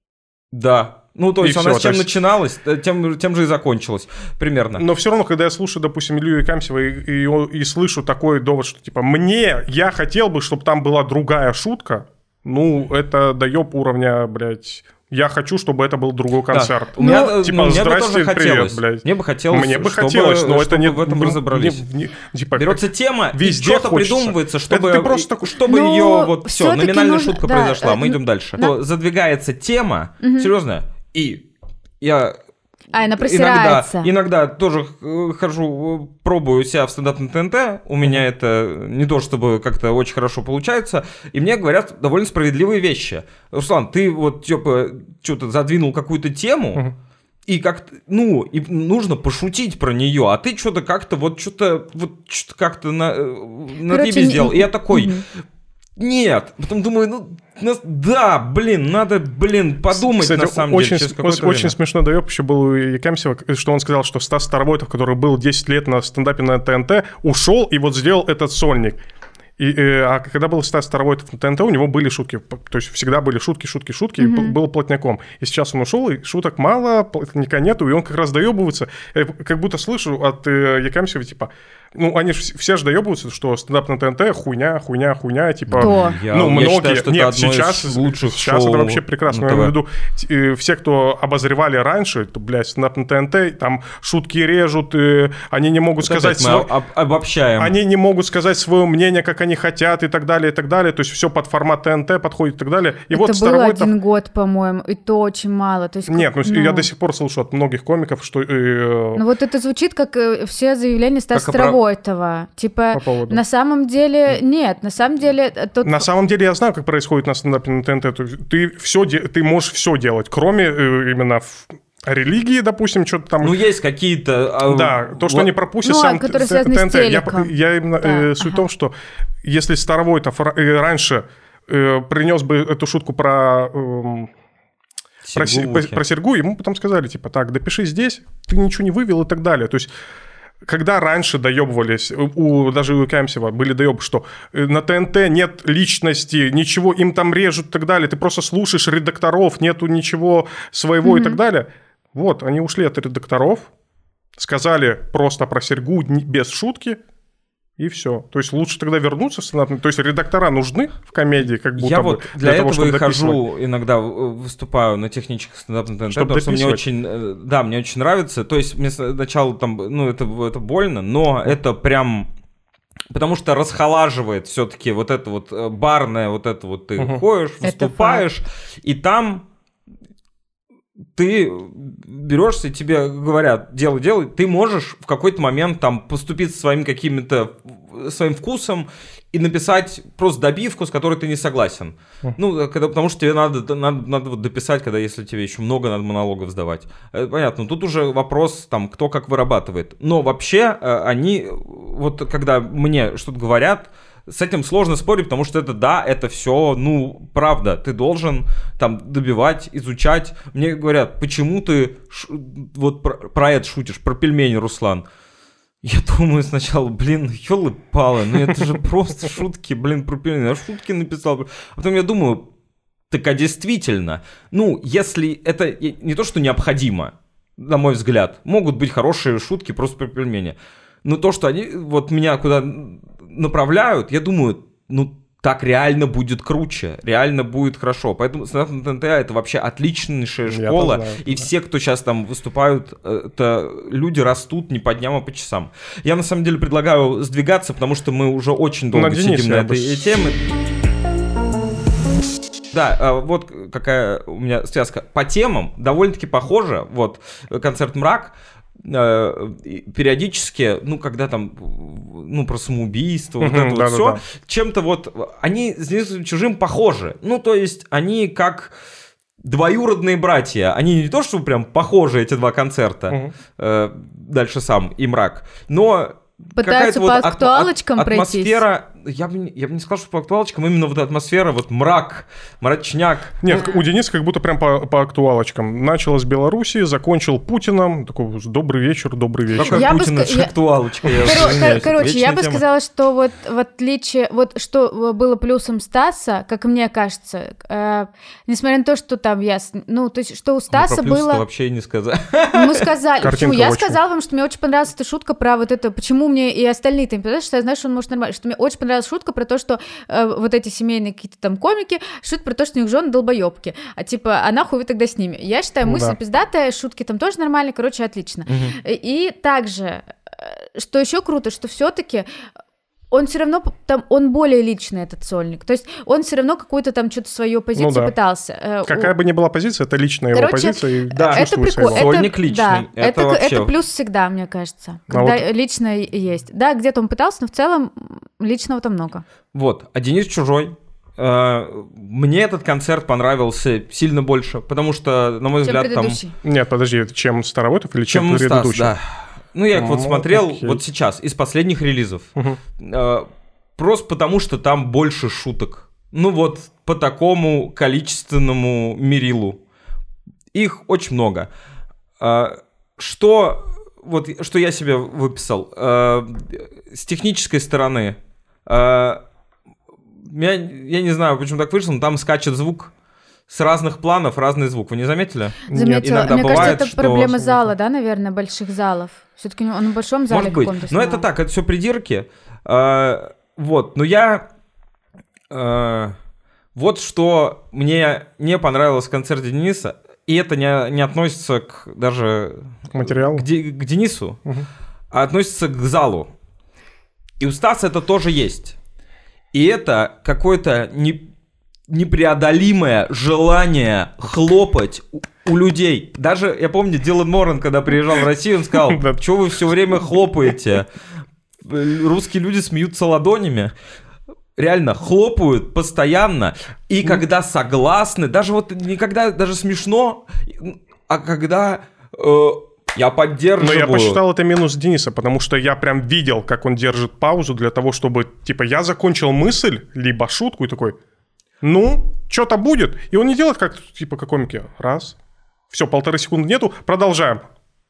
Да. Ну, то есть и она все, с чем есть... начиналась, тем, тем же и закончилась, примерно. Но все равно, когда я слушаю, допустим, Илью Якимова и, и, и слышу такой довод, что типа мне, я хотел бы, чтобы там была другая шутка, ну, это доеб уровня, блядь... Я хочу, чтобы это был другой концерт. Да. У меня, ну, типа, ну, мне здрасте, бы тоже привет, хотелось. блядь. Мне бы хотелось, Мне бы чтобы, хотелось, но это не в этом не, разобрались. Не, не, типа, берется тема, везде и что-то хочется. придумывается, чтобы, это ты просто... чтобы ну, ее вот все, номинальная нужно, шутка да, произошла, э, мы идем дальше. на... То задвигается тема, угу. серьезно, и я... А, она просирается. Иногда, иногда тоже хожу, пробую себя в стендап на ТНТ. У меня mm-hmm. это не то, чтобы как-то очень хорошо получается. И мне говорят довольно справедливые вещи. Руслан, ты вот типа что-то задвинул какую-то тему, mm-hmm. и как ну, и нужно пошутить про нее, а ты что-то как-то вот что-то вот что-то как-то на, на Короче, тебе не... сделал. И я такой... Mm-hmm. Нет, потом думаю, ну, да, блин, надо, блин, подумать. Кстати, на самом очень, деле. Очень время. смешной доеб еще был у Якамсева, что он сказал, что Стас Старовойтов, который был десять лет на стендапе на ТНТ, ушел и вот сделал этот сольник. И, э, а когда был Стас Старовойтов на ТНТ, у него были шутки, то есть всегда были шутки, шутки, шутки, mm-hmm. и был плотняком. И сейчас он ушел, и шуток мало, плотняка нету, и он как раз доебывается. Я как будто слышу от э, Якамсева, типа, ну, они же все же доебываются, что стендап на ТНТ хуйня, хуйня, хуйня, типа... Да. Я, ну, я многие... считаю, что Нет, это одно сейчас, из лучших сейчас шоу это вообще прекрасно. Я имею в виду, э, все, кто обозревали раньше, то, блядь, стендап на ТНТ, там шутки режут, э, они не могут вот сказать... Мы свой... об- обобщаем. Они не могут сказать свое мнение, как они хотят, и так далее, и так далее. То есть все под формат ТНТ подходит и так далее. И это вот было Старовойтов... один год, по-моему, и то очень мало. То есть, Нет, как, ну, ну... я до сих пор слышу от многих комиков, что... Э... Ну вот это звучит, как э, все заявления Стаса как Старовойтова. Про... Типа, По поводу... на самом деле, нет, на самом деле... Тут... На самом деле я знаю, как происходит на стендапе на ТНТ. Ты, все, ты можешь все делать, кроме э, именно... религии, допустим, что-то там... Ну, есть какие-то... А, да, то, что вот... они пропустят ну, сам которые ТНТ. связаны с телеком. Я, я именно... Да, э, суть ага. в том, что если Старовойтов раньше э, принес бы эту шутку про... Э, про, про, про Сергу, ему потом сказали, типа, так, допиши здесь, ты ничего не вывел и так далее. То есть, когда раньше доебывались, у, даже у Кэмсева были доебы, что на ТНТ нет личности, ничего, им там режут и так далее, ты просто слушаешь редакторов, нету ничего своего mm-hmm. и так далее. Вот, они ушли от редакторов, сказали просто про Сергу без шутки, и все. То есть лучше тогда вернуться в стендап. То есть редактора нужны в комедии, как будто я бы. Вот для, для этого того, и хожу, иногда выступаю на технических стендап на ТНТ, потому что мне очень, да, мне очень нравится. То есть мне сначала там, ну, это, это больно, но это прям... Потому что расхолаживает все-таки вот это вот барное, вот это вот ты uh-huh. ходишь, выступаешь, и там... ты берешься, и тебе говорят, делай, делай, ты можешь в какой-то момент там поступить своим каким-то, своим вкусом и написать просто добивку, с которой ты не согласен. Mm. Ну, когда, потому что тебе надо, надо, надо вот дописать, когда если тебе еще много надо монологов сдавать. Это понятно, тут уже вопрос, там, кто как вырабатывает. Но вообще они, вот когда мне что-то говорят, с этим сложно спорить, потому что это, да, это все, ну, правда, ты должен там добивать, изучать. Мне говорят, почему ты ш... вот про, про это шутишь, про пельмени, Руслан? Я думаю сначала, блин, ёлы-палы, ну это же просто шутки, блин, про пельмени. Я шутки написал. А потом я думаю, так а действительно, ну, если это не то, что необходимо, на мой взгляд, могут быть хорошие шутки просто про пельмени. Но то, что они вот меня куда направляют, я думаю, ну, так реально будет круче, реально будет хорошо. Поэтому стендап на ТНТ — это вообще отличнейшая школа. Знаю, и да. все, кто сейчас там выступают, это люди растут не по дням, а по часам. Я на самом деле предлагаю сдвигаться, потому что мы уже очень долго Наденись, сидим на этой бы... теме. Да, вот какая у меня связка. По темам довольно-таки похоже. Вот концерт «Мрак». Периодически, ну, когда там, ну, про самоубийство, вот это да, вот все, да, да. чем-то вот, они с «Неизвестным чужим» похожи. Ну, то есть, они как двоюродные братья. Они не то, что прям похожи, эти два концерта, угу. э, «Дальше сам» и «Мрак», но... Пытаются по вот актуалочкам ат- пройтись. Атмосфера, я бы, я бы не сказал, что по актуалочкам, именно вот атмосфера, вот мрак, мрачняк. Нет, у Дениса как будто прям по, по актуалочкам. Начал с Белоруссии, закончил Путиным. Такой, добрый вечер, добрый вечер. Какой я Путин, бы... это я... актуалочка. Я Кор- короче, я бы тема. сказала, что вот в отличие, вот что было плюсом Стаса, как мне кажется, э, несмотря на то, что там я, ну, то есть, что у Стаса было... было... вообще не сказали. Мы сказали, почему? Я очень. сказала вам, что мне очень понравилась эта шутка про вот это, почему мне и остальные, ты понимаешь, что я знаю, что он может нормально, что мне очень понравилось понравилась шутка про то, что э, вот эти семейные какие-то там комики шутят про то, что у них жены долбоёбки. А типа, а нахуй вы тогда с ними? Я считаю, мысль да. пиздатая, шутки там тоже нормальные, короче, отлично. Угу. И, и также, что еще круто, что все-таки он все равно там, он более личный, этот сольник. То есть он все равно какую-то там что-то свою позицию ну, да. пытался. Какая У... бы ни была позиция, это личная Короче, его позиция. И да, это прикольно. Сольник личный. Да, это, это, вообще... это плюс всегда, мне кажется, когда а вот... личное есть. Да, где-то он пытался, но в целом личного там много. Вот, а Денис Чужой. Мне этот концерт понравился сильно больше, потому что, на мой чем взгляд, там... Нет, подожди, чем Старовойтов или чем, чем предыдущий? Стас, да. Ну, я их вот смотрел окей. вот сейчас, из последних релизов. Угу. Э, просто потому, что там больше шуток. Ну, вот по такому количественному мерилу. Их очень много. Э, что, вот, что я себе выписал? Э, с технической стороны... Э, я, я не знаю, почему так вышло, но там скачет звук. С разных планов разный звук. Вы не заметили? Заметила. Иногда Мне бывает, кажется, это что... проблема зала, да, наверное, больших залов. Все-таки он в большом зале Может быть. каком-то Но это так, это все придирки. А, вот, но я... А, вот что мне не понравилось в концерте Дениса, и это не, не относится к даже... К материалу? К, к Денису, угу. а относится к залу. И у Стаса это тоже есть. И это какое-то... Не, непреодолимое желание хлопать у, у людей. Даже, я помню, Дилан Моран, когда приезжал в Россию, он сказал, что вы все время хлопаете? Русские люди смеются ладонями. Реально, хлопают постоянно. И когда согласны, даже вот не когда даже смешно, а когда... Э, я поддерживаю. Но я посчитал это минус Дениса, потому что я прям видел, как он держит паузу для того, чтобы, типа, я закончил мысль, либо шутку, и такой... Ну, что-то будет. И он не делает как, типа, как комики. Раз. Все, полторы секунды нету. Продолжаем.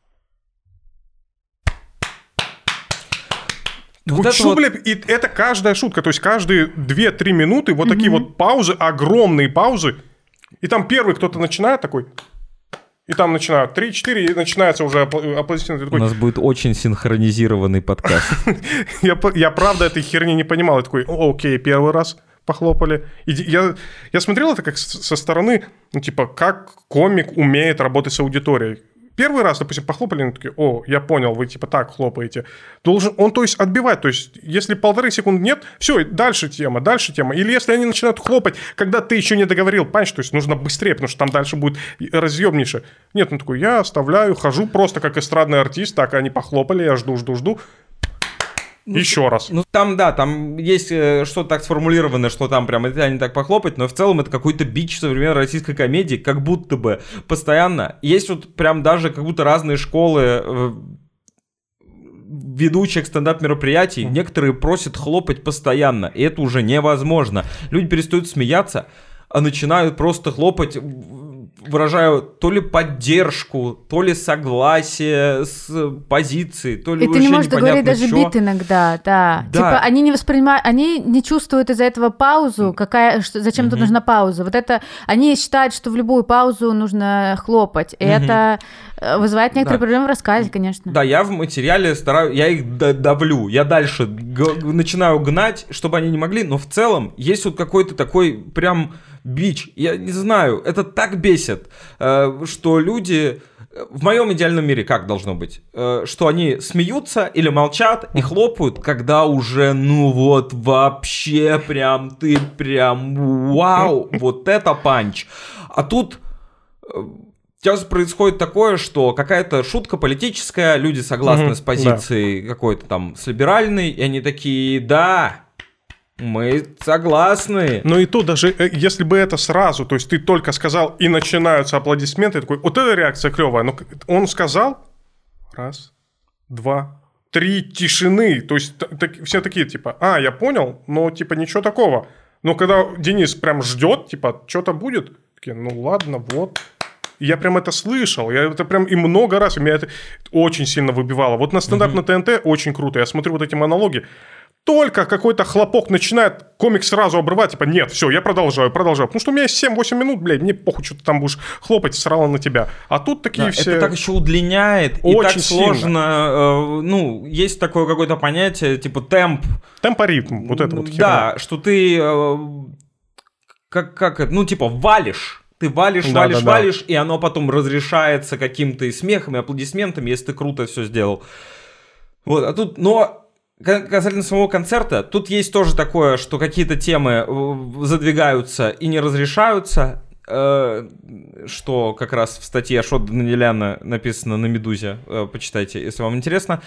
Вот это, вот... И это каждая шутка. То есть каждые две-три минуты вот mm-hmm. такие вот паузы, огромные паузы. И там первый кто-то начинает такой... И там начинают три-четыре, и начинается уже аплодисменты. У нас будет очень синхронизированный подкаст. я, я правда этой херни не понимал. Я такой, окей, первый раз... похлопали. И я, я смотрел это как со стороны, ну, типа, как комик умеет работать с аудиторией. Первый раз, допустим, похлопали, они такие, о, я понял, вы типа так хлопаете. Должен он, то есть, отбивать. То есть, если полторы секунды нет, все, дальше тема, дальше тема. Или если они начинают хлопать, когда ты еще не договорил панч, то есть, нужно быстрее, потому что там дальше будет разъемнейше. Нет, он такой, я оставляю, хожу просто как эстрадный артист, так они похлопали, я жду, жду, жду. Ну, Еще раз. Ну, там, да, там есть э, что-то так сформулировано, что там прям это не так похлопать, но в целом это какой-то бич современной российской комедии, как будто бы постоянно. Есть вот прям даже как будто разные школы э, ведущих стендап-мероприятий. Mm-hmm. Некоторые просят хлопать постоянно, и это уже невозможно. Люди перестают смеяться, а начинают просто хлопать, выражаю то ли поддержку, то ли согласие с позицией, то ли и вообще ты не можешь договорить даже чё. бит иногда, да. да. Типа они не воспринимают, они не чувствуют из-за этого паузу, какая, что, зачем mm-hmm. тут нужна пауза. Вот это, они считают, что в любую паузу нужно хлопать, и mm-hmm. это вызывает некоторые да. проблемы в рассказе, конечно. Да, я в материале стараюсь, я их давлю, я дальше г- начинаю гнать, чтобы они не могли, но в целом есть вот какой-то такой прям бич, я не знаю, это так бесит, что люди, в моем идеальном мире как должно быть, что они смеются или молчат и хлопают, когда уже, ну вот вообще прям ты прям вау, вот это панч. А тут сейчас происходит такое, что какая-то шутка политическая, люди согласны mm-hmm, с позицией да. какой-то там с либеральной, и они такие, да, мы согласны. Но и то даже, если бы это сразу, то есть ты только сказал, и начинаются аплодисменты, такой, вот эта реакция клевая. Но он сказал, раз, два, три тишины, то есть так, все такие, типа, а, я понял, но типа ничего такого. Но когда Денис прям ждет, типа, что-то будет, такие, ну ладно, вот. Я прям это слышал, я это прям и много раз, и меня это очень сильно выбивало. Вот на стендап mm-hmm. на ТНТ очень круто, я смотрю вот эти монологи, только какой-то хлопок начинает, комик сразу обрывать, типа, нет, все, я продолжаю, продолжаю. Потому что у меня есть семь-восемь минут, блядь, мне похуй, что ты там будешь хлопать, срало на тебя. А тут такие да, все... Это так еще удлиняет, очень и так сильно. сложно, э, ну, есть такое какое-то понятие, типа темп. Темпоритм, вот это вот херня. Да, что ты, э, как, как это, ну, типа, валишь. Ты валишь, да, валишь, да, да. валишь, и оно потом разрешается каким-то и смехом, и аплодисментами, если ты круто все сделал. Вот, а тут, но... Касательно самого концерта, тут есть тоже такое, что какие-то темы задвигаются и не разрешаются, что как раз в статье Шота Даниэляна написано на «Медузе», почитайте, если вам интересно.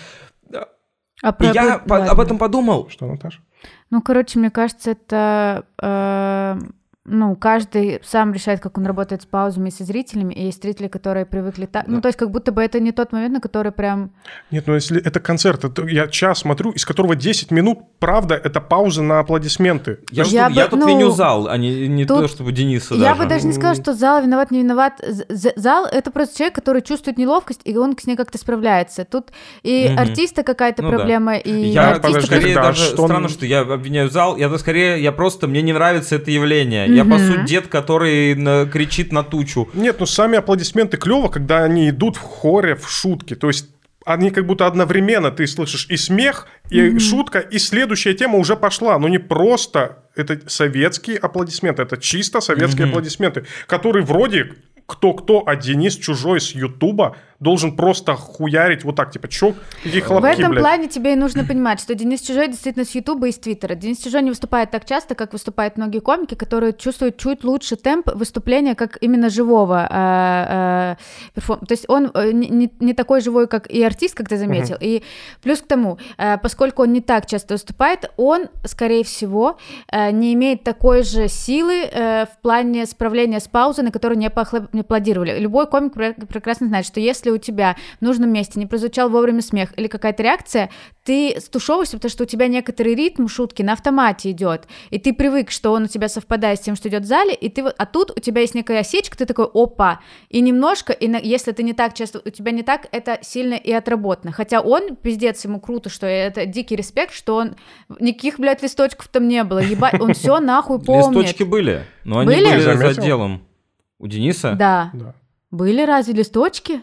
А и я по- об этом подумал. Что, Наташа? Ну, короче, мне кажется, это... Э- Ну, каждый сам решает, как он работает с паузами и со зрителями, и есть зрители, которые привыкли так. Да. Ну, то есть, как будто бы это не тот момент, на который прям... Нет, ну если это концерт, это я час смотрю, из которого десять минут, правда, это пауза на аплодисменты. Я, я, бы, я бы, тут ну, виню зал, а не, не тут, то, чтобы Дениса я даже. бы даже не сказала, что зал виноват, не виноват. Зал — это просто человек, который чувствует неловкость, и он с ней как-то справляется. Тут и угу. артиста какая-то ну, проблема, да. и я, артиста... Скорее, да, даже что странно, он... что я обвиняю зал, я скорее, я просто, мне не нравится это явление. Угу. Я, по сути, дед, который на, кричит на тучу. Нет, ну сами аплодисменты клево, когда они идут в хоре, в шутке. То есть они как будто одновременно, ты слышишь и смех, и mm-hmm. шутка, и следующая тема уже пошла. Но не просто это советские аплодисменты, это чисто советские mm-hmm. аплодисменты, которые вроде кто-кто, а Денис Чужой с Ютуба должен просто хуярить вот так, типа, чё, какие хлопки, В этом блядь. плане тебе и нужно понимать, что Денис Чужой действительно с Ютуба и с Твиттера. Денис Чужой не выступает так часто, как выступают многие комики, которые чувствуют чуть лучше темп выступления, как именно живого э, э, перформ... То есть он не, не такой живой, как и артист, как ты заметил. Uh-huh. И плюс к тому, э, поскольку он не так часто выступает, он, скорее всего, э, не имеет такой же силы э, в плане справления с паузой, на которую не, поахла... не аплодировали. Любой комик прекрасно знает, что если у тебя в нужном месте не прозвучал вовремя смех или какая-то реакция, ты стушевываешься, потому что у тебя некоторый ритм шутки на автомате идет, и ты привык, что он у тебя совпадает с тем, что идет в зале, и ты, а тут у тебя есть некая осечка, ты такой, опа, и немножко, и на, если ты не так часто, у тебя не так, это сильно и отработано, хотя он, пиздец, ему круто, что это дикий респект, что он, никаких, блядь, листочков там не было, ебать, он все нахуй помнит. Листочки были, но они были, были за отделом. У Дениса? Да. да. Были разве листочки?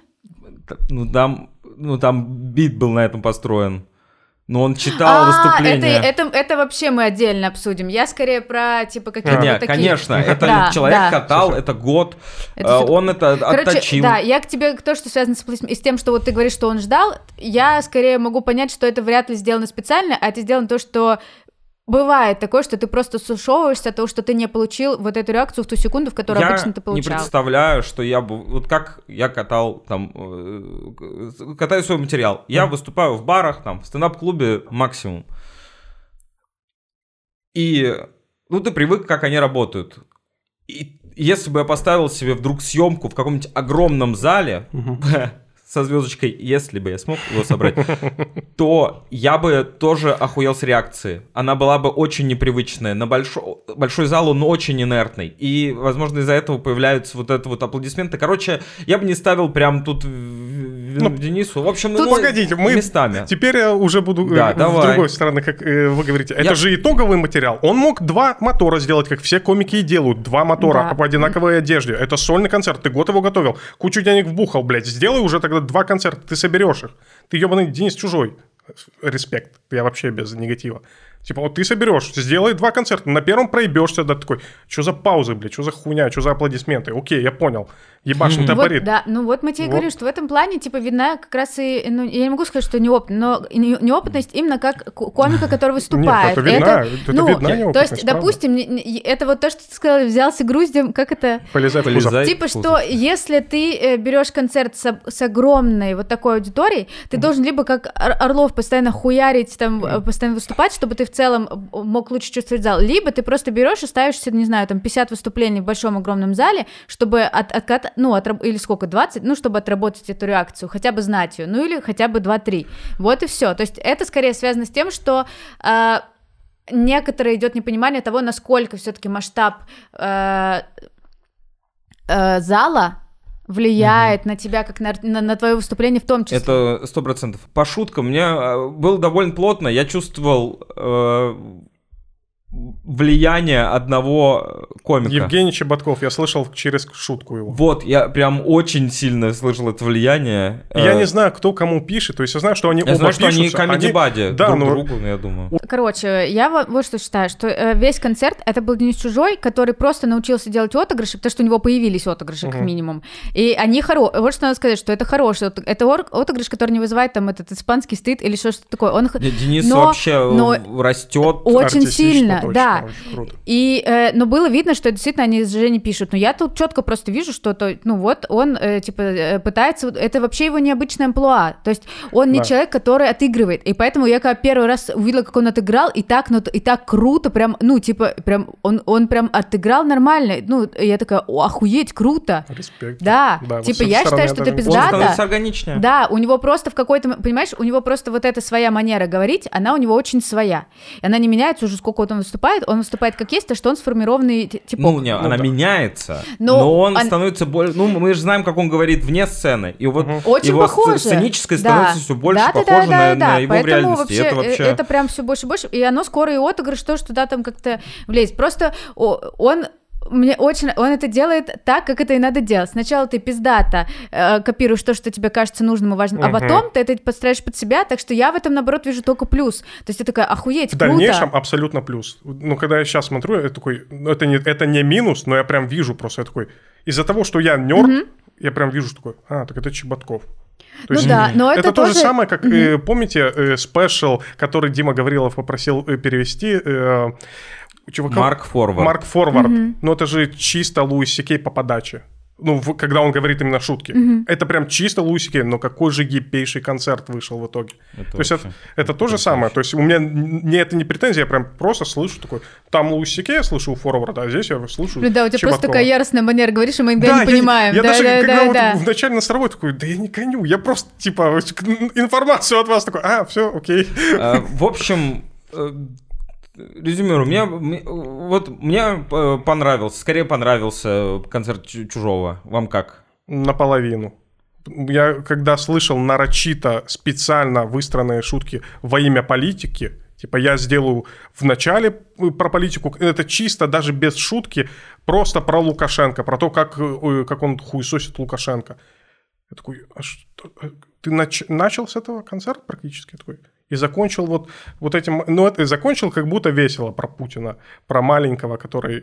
Ну там, ну там бит был на этом построен. Но он читал а, выступление. Это, это, это вообще мы отдельно обсудим. Я скорее про типа какие-то а, вот такие. Конечно, это да, человек да. катал, это год, это э, он это Короче, отточил. Да, я к тебе то, что связано с, и с тем, что вот ты говоришь, что он ждал, я скорее могу понять, что это вряд ли сделано специально, а это сделано то, что бывает такое, что ты просто сушевываешься от того, что ты не получил вот эту реакцию в ту секунду, в которую я обычно ты получал. Я не представляю, что я бы... Вот как я катал там... Катаю свой материал. Я mm. выступаю в барах, там, в стендап-клубе максимум. И... Ну, ты привык, как они работают. И если бы я поставил себе вдруг съемку в каком-нибудь огромном зале... Mm-hmm. со звездочкой, если бы я смог его собрать, то я бы тоже охуел с реакции. Она была бы очень непривычная. На большой, большой зал он очень инертный. И, возможно, из-за этого появляются вот это вот аплодисменты. Короче, я бы не ставил прям тут вину ну, Денису. В общем, тут, ну, погодите, мы местами. Теперь я уже буду да, э, давай. с другой стороны, как э, вы говорите. Это я... же итоговый материал. Он мог два мотора сделать, как все комики и делают. Два мотора да. по одинаковой одежде. Это сольный концерт. Ты год его готовил. Кучу денег вбухал, блядь. Сделай уже тогда два концерта, ты соберешь их. Ты ебаный Денис Чужой. Респект. Я вообще без негатива. Типа, вот ты соберешь, сделай два концерта. На первом проебешься, да, такой, что за паузы, блядь, что за хуйня, что за аплодисменты. Окей, я понял. Ебашен топорит. Вот, да, ну вот мы тебе вот. говорим, что в этом плане, типа, видна как раз и, ну, я не могу сказать, что неопытность, но неопытность именно как комика, который выступает. Нет, это видна, это, это ну, видна неопытность. То есть, допустим, это вот то, что ты сказал, взялся груздем, как это? Полезай в кузов. Типа, что если ты берешь концерт с, с огромной вот такой аудиторией, ты mm. должен либо как Орлов постоянно хуярить, там, mm. постоянно выступать, чтобы ты в целом мог лучше чувствовать зал, либо ты просто берешь и ставишься, не знаю, там, пятьдесят выступлений в большом огромном зале, чтобы от, откат, ну, от, или сколько, двадцать, ну, чтобы отработать эту реакцию, хотя бы знать ее, ну, или хотя бы два-три. Вот и все. То есть это скорее связано с тем, что э, некоторое идет непонимание того, насколько все-таки масштаб э, э, зала влияет угу. на тебя, как на, на, на твое выступление в том числе. Это сто процентов. По шуткам, мне было довольно плотно, я чувствовал э, влияние одного комика. Евгений Чеботков, я слышал через шутку его. Вот, я прям очень сильно слышал это влияние. Я не знаю, кто кому пишет, то есть я знаю, что они я оба знаю, что пишутся. они комеди-бади да, друг но... другу, я думаю. Короче, я вот, вот что считаю, что весь концерт, это был Денис Чужой, который просто научился делать отыгрыши, потому что у него появились отыгрыши, uh-huh. как минимум. И они хорошие. Вот что надо сказать, что это хороший. Это отыгрыш, который не вызывает там этот испанский стыд или что-то такое. Он... Денис но, вообще но растет. Очень сильно, точно, да. Очень И, э, но было видно, что действительно они с Женей пишут. Но я тут четко просто вижу, что, то, ну вот, он, э, типа, пытается... Это вообще его необычная амплуа. То есть он не да. человек, который отыгрывает. И поэтому я когда первый раз увидела, как он отыграл, и так, ну, и так круто, прям, ну, типа, прям, он, он прям отыграл нормально. Ну, я такая, о, охуеть, круто. Респект. Да, да типа, вот я считаю, что это пиздато. Он становится органичнее. Да, у него просто в какой-то... Понимаешь, у него просто вот эта своя манера говорить, она у него очень своя. И она не меняется уже, сколько вот он выступает. Он выступает как есть, то что он сформированный типа. Ну, не, ну, она да. меняется, но, но он он... становится более... Ну, мы же знаем, как он говорит вне сцены. И вот угу. очень его похоже. Сценическое да. становится все больше да, похоже да, да, на, да, на да. его Поэтому в реальности. Вообще, это вообще... Это прям все больше и больше. И оно скоро и отыгрыш тоже туда там как-то влезет. Просто он... Мне очень... Он это делает так, как это и надо делать. Сначала ты пиздато э, копируешь то, что тебе кажется нужным и важным, uh-huh. а потом ты это подстраиваешь под себя, так что я в этом, наоборот, вижу только плюс. То есть я такая, охуеть, в круто. В дальнейшем абсолютно плюс. Ну, когда я сейчас смотрю, я такой, это не, это не минус, но я прям вижу просто, я такой, из-за того, что я нерд, uh-huh. я прям вижу такой, а, так это Чеботков. То есть, ну да, но это, это то тоже... же самое, как, mm-hmm. э, помните, спешл, э, который Дима Гаврилов попросил э, перевести... Э, чувака... Марк Форвард. Марк Форвард. Mm-hmm. Но это же чисто Луис Си Кей по подаче. Ну, в, когда он говорит именно шутки. Mm-hmm. Это прям чисто Луис Си Кей, но какой же епейший концерт вышел в итоге. Это то есть это, это то же самое. То есть у меня не, это не претензия, я прям просто слышу такой, там Луис Си Кей я слышу Форварда, а здесь я слышу Ну да, у тебя Чеботкова. просто такая яростная манера говоришь, и мы иногда да, не понимаем. Я, я да, даже, да, когда да, вот да. вначале на старовой такой, да я не коню, я просто, типа, информацию от вас такой, а, все, окей. А, в общем... Резюмирую, мне, вот, мне понравился, скорее понравился концерт Чужого. Вам как? Наполовину. Я когда слышал нарочито специально выстроенные шутки во имя политики, типа я сделаю в начале про политику, это чисто даже без шутки, просто про Лукашенко, про то, как, как он хуесосит Лукашенко. Я такой, а что? Ты нач... начал с этого концерта практически? Я такой... И закончил вот, вот этим... Ну, это закончил как будто весело про Путина, про маленького, который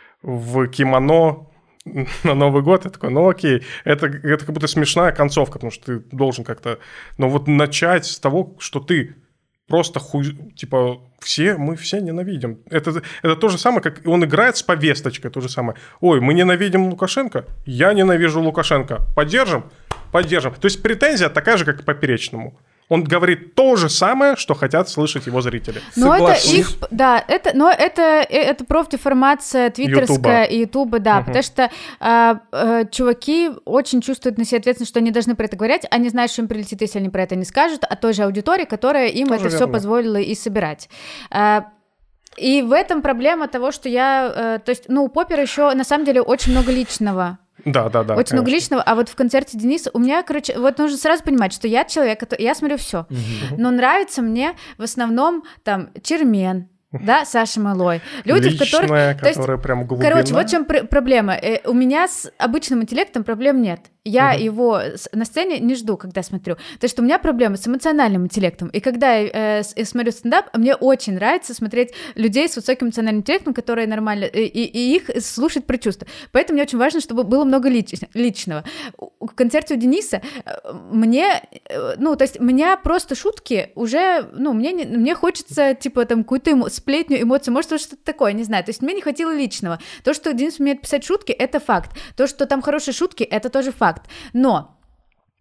в кимоно на Новый год. Я такой, ну окей, это, это как будто смешная концовка, потому что ты должен как-то... Но вот начать с того, что ты просто хуй... Типа, все, мы все ненавидим. Это, это то же самое, как он играет с повесточкой, то же самое. Ой, мы ненавидим Лукашенко, я ненавижу Лукашенко. Поддержим? Поддержим. То есть претензия такая же, как к Поперечному. Он говорит то же самое, что хотят слышать его зрители. Но это их, да, это, но это, это профдеформация твиттерская и ютуба, да, угу. потому что э, э, чуваки очень чувствуют на себе ответственность, что они должны про это говорить, они знают, что им прилетит, если они про это не скажут, от той же аудитории, которая им Тоже это все позволила и собирать. Э, и в этом проблема того, что я, э, то есть, ну, у Поппера еще на самом деле очень много личного. Да, да, да. Очень конечно. много личного, а вот в концерте Дениса у меня, короче, вот нужно сразу понимать, что я человек, который, я смотрю все, uh-huh. но нравится мне в основном там Чермен, да, Саша Малой. Люди, Личная, в которых... которая есть, прям глубина. Короче, вот в чем пр- проблема. Э, у меня с обычным интеллектом проблем нет. Я uh-huh. его на сцене не жду, когда смотрю. То есть у меня проблема с эмоциональным интеллектом. И когда я э, смотрю стендап, мне очень нравится смотреть людей с высоким эмоциональным интеллектом, которые нормально, и, и, и их слушать про чувства. Поэтому мне очень важно, чтобы было много лич, личного. В концерте у Дениса мне, ну, то есть у меня просто шутки уже, ну, мне, не, мне хочется, типа, там, какую-то эмо, сплетню, эмоцию, может, что-то такое, не знаю. То есть мне не хватило личного. То, что Денис умеет писать шутки, это факт. То, что там хорошие шутки, это тоже факт. Но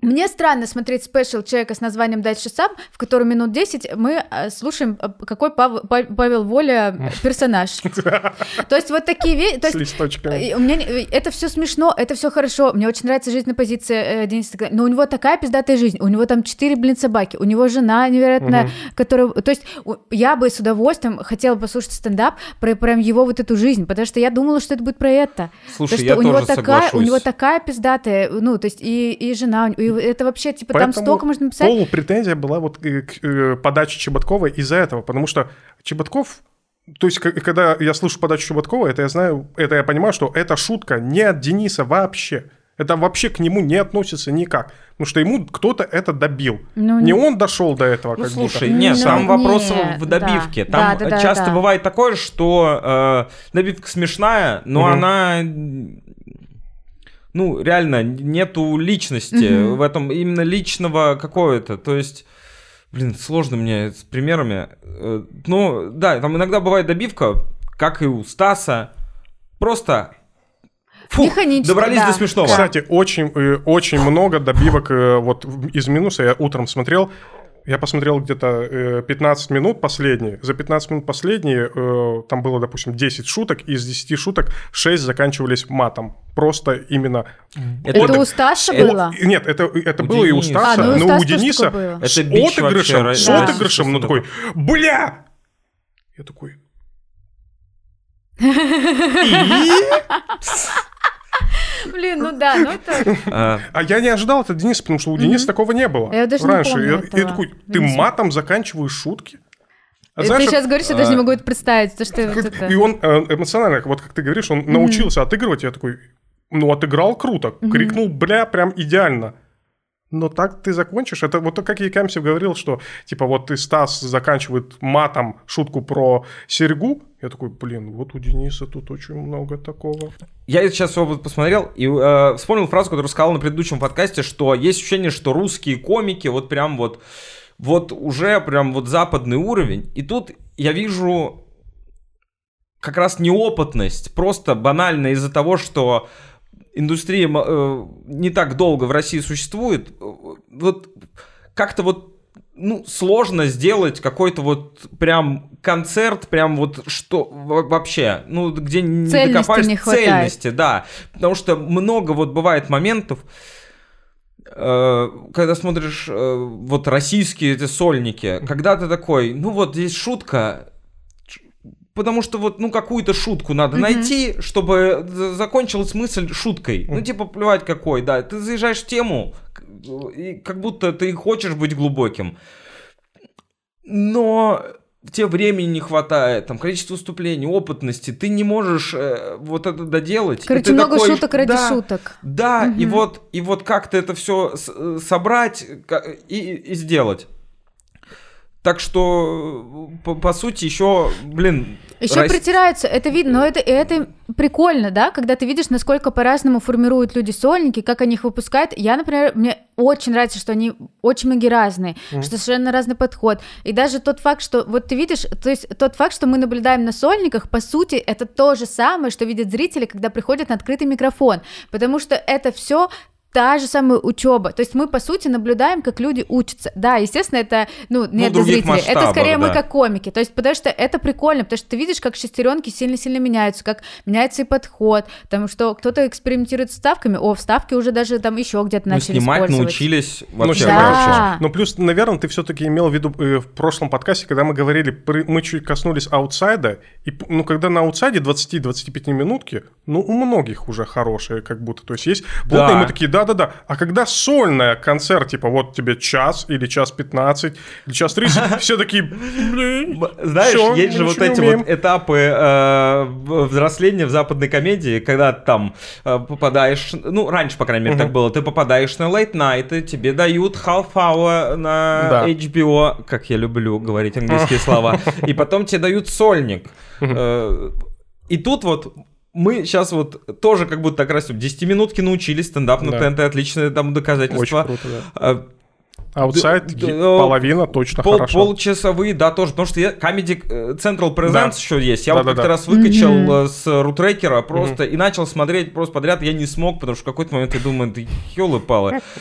Мне странно смотреть спешл человека с названием «Дальше сам», в котором минут десять мы слушаем, какой Пав... Павел Воля персонаж. То есть вот такие вещи... С листочками. У меня... Это все смешно, это все хорошо. Мне очень нравится жизненная позиция Дениса. Но у него такая пиздатая жизнь. У него там четыре, блин, собаки. У него жена невероятная, угу. которая... То есть я бы с удовольствием хотела послушать стендап про прям его вот эту жизнь, потому что я думала, что это будет про это. Слушай, то, я у тоже него такая, соглашусь. У него такая пиздатая... Ну, то есть и, и жена... И это вообще, типа, Поэтому там столько можно написать. Полу претензия была вот к подаче Чеботкова из-за этого, потому что Чеботков, то есть, когда я слышу подачу Чеботкова, это я знаю, это я понимаю, что эта шутка не от Дениса вообще. Это вообще к нему не относится никак. Потому что ему кто-то это добил. Ну, не он дошел до этого. Ну, как слушай, будто. нет, ну, там вопрос нет, в добивке. Да, Там да, да, часто да. бывает такое, что э, добивка смешная, но угу. она... Ну, реально, нету личности mm-hmm. в этом, именно личного какого-то. То есть, блин, сложно мне с примерами. Ну, да, там иногда бывает добивка, как и у Стаса. Просто... Фух, добрались да. до смешного. Кстати, очень, очень много добивок вот из минуса. Я утром смотрел. Я посмотрел где-то пятнадцать минут последние. За пятнадцать минут последние там было, допустим, десять шуток, и из десяти шуток шесть заканчивались матом. Просто именно... Это от... у Стаса это... было? Нет, это, это у было Дениса. и у Стаса, а, ну, но у у Дениса это с отыгрышем, вообще, с да. отыгрышем, ну такой, бля! Я такой... Блин, ну да, ну это... А, а я не ожидал это Дениса, потому что у Дениса mm-hmm. такого не было. Я даже раньше. не помню я, этого. я такой, ты Денис. матом заканчиваешь шутки? А знаешь, ты сейчас говоришь, я а... даже не могу это представить. То, что как, это... И он эмоционально, вот как ты говоришь, он mm-hmm. научился отыгрывать. Я такой, ну отыграл круто. Mm-hmm. Крикнул, бля, прям идеально. Но так ты закончишь. Это вот как Якамсев говорил, что типа вот ты, Стас, заканчивает матом шутку про серьгу. Я такой, блин, вот у Дениса тут очень много такого. Я сейчас его посмотрел и э, вспомнил фразу, которую сказал на предыдущем подкасте, что есть ощущение, что русские комики вот прям вот, вот уже прям вот западный уровень. И тут я вижу как раз неопытность, просто банально из-за того, что индустрия э, не так долго в России существует, вот как-то вот ну, сложно сделать какой-то вот прям концерт, прям вот что вообще, ну, где не цельности докопаешься не цельности, да, потому что много вот бывает моментов, э, когда смотришь э, вот российские эти сольники, когда ты такой, ну вот здесь шутка, потому что вот, ну, какую-то шутку надо mm-hmm. найти, чтобы закончилась мысль шуткой. Mm-hmm. Ну, типа, плевать какой, да. Ты заезжаешь в тему, и как будто ты хочешь быть глубоким. Но тебе времени не хватает, там, количество выступлений, опытности. Ты не можешь э, вот это доделать. Короче, много такой, шуток ради да, шуток. Да, mm-hmm. и, вот, и вот как-то это все собрать и, и сделать. Так что, по, по сути, еще, блин... Еще Рас... притираются, это видно, но это, это прикольно, да, когда ты видишь, насколько по-разному формируют люди сольники, как они их выпускают. Я, например, мне очень нравится, что они очень многие разные, mm-hmm. что совершенно разный подход. И даже тот факт, что вот ты видишь, то есть тот факт, что мы наблюдаем на сольниках, по сути, это то же самое, что видят зрители, когда приходят на открытый микрофон, потому что это все та же самая учеба. То есть мы, по сути, наблюдаем, как люди учатся. Да, естественно, это, ну, не ну, для зрителей. Это скорее да. мы как комики. То есть, потому что это прикольно, потому что ты видишь, как шестеренки сильно-сильно меняются, как меняется и подход, потому что кто-то экспериментирует с вставками, о, вставки уже даже там еще где-то ну, начали снимать использовать. научились вообще. Ну, да. Ну, плюс, наверное, ты все-таки имел в виду э, в прошлом подкасте, когда мы говорили, мы чуть коснулись аутсайда, и, ну, когда на аутсайде двадцать-двадцать пять минутки, ну, у многих уже хорошие, как будто, то есть есть плотные, да. мы такие, да-да-да, а когда сольная концерт, типа вот тебе час или час пятнадцать, или час тридцать, все такие, блин, знаешь, всё, есть же вот эти умеем. Вот этапы э, взросления в западной комедии, когда ты там э, попадаешь, ну, раньше, по крайней мере, uh-huh. так было, ты попадаешь на лейт-найты, тебе дают half hour на да. эйч би о, как я люблю говорить английские слова, и потом тебе дают сольник. И тут вот мы сейчас вот тоже как будто как раз десятиминутки научились, стендап на да. ТНТ, отличное там доказательство. Очень круто, да. Аутсайд д- половина точно пол, хорошо. Полчасовые, да, тоже, потому что я, Comedy Central Presents да. еще есть. Я да, вот да, как-то да. раз выкачал mm-hmm. с рутрекера просто mm-hmm. и начал смотреть просто подряд. Я не смог, потому что в какой-то момент я думаю, да ёлы-палы.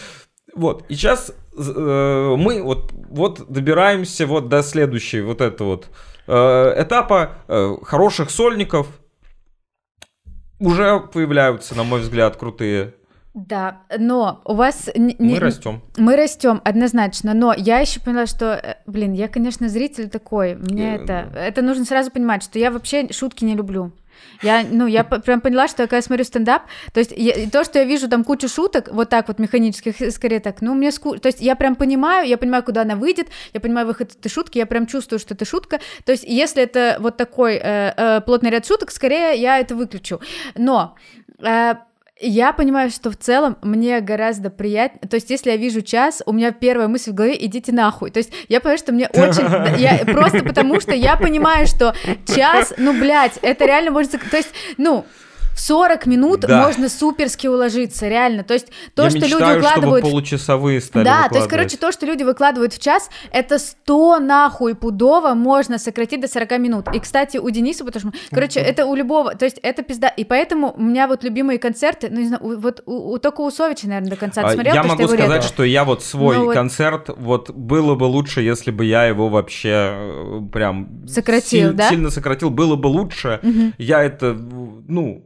Вот, и сейчас э, мы вот, вот добираемся вот до следующей вот этого вот э, этапа. Э, хороших сольников уже появляются, на мой взгляд, крутые. Да, но у вас... Не, мы растем. Мы растем, однозначно, но я еще поняла, что, блин, я, конечно, зритель такой, мне я, это... Да. Это нужно сразу понимать, что я вообще шутки не люблю. Я, ну, я прям поняла, что я когда смотрю стендап, то есть я, то, что я вижу там кучу шуток, вот так вот механических, скорее так, ну, мне скучно, то есть я прям понимаю, я понимаю, куда она выйдет, я понимаю выход этой шутки, я прям чувствую, что это шутка, то есть если это вот такой э, э, плотный ряд шуток, скорее я это выключу, но... Э, Я понимаю, что в целом мне гораздо приятнее, то есть если я вижу час, у меня первая мысль в голове — идите нахуй, то есть я понимаю, что мне очень, я, просто потому что я понимаю, что час, ну, блядь, это реально может, то есть, ну... В сорок минут да. можно суперски уложиться, реально. То есть то, Я что мечтаю, люди выкладывают... чтобы получасовые стали Да, выкладывать. то есть, короче, то, что люди выкладывают в час, это сто нахуй пудово можно сократить до сорока минут. И, кстати, у Дениса, потому что, короче, это у любого, то есть это пизда. И поэтому у меня вот любимые концерты, ну, не знаю, вот у, у, только у Совича, наверное, до конца ты смотрел? Я могу что сказать, редко. что я вот свой ну, концерт, вот... вот было бы лучше, если бы я его вообще прям... Сократил, силь, да? Сильно сократил, было бы лучше. Угу. Я это, ну...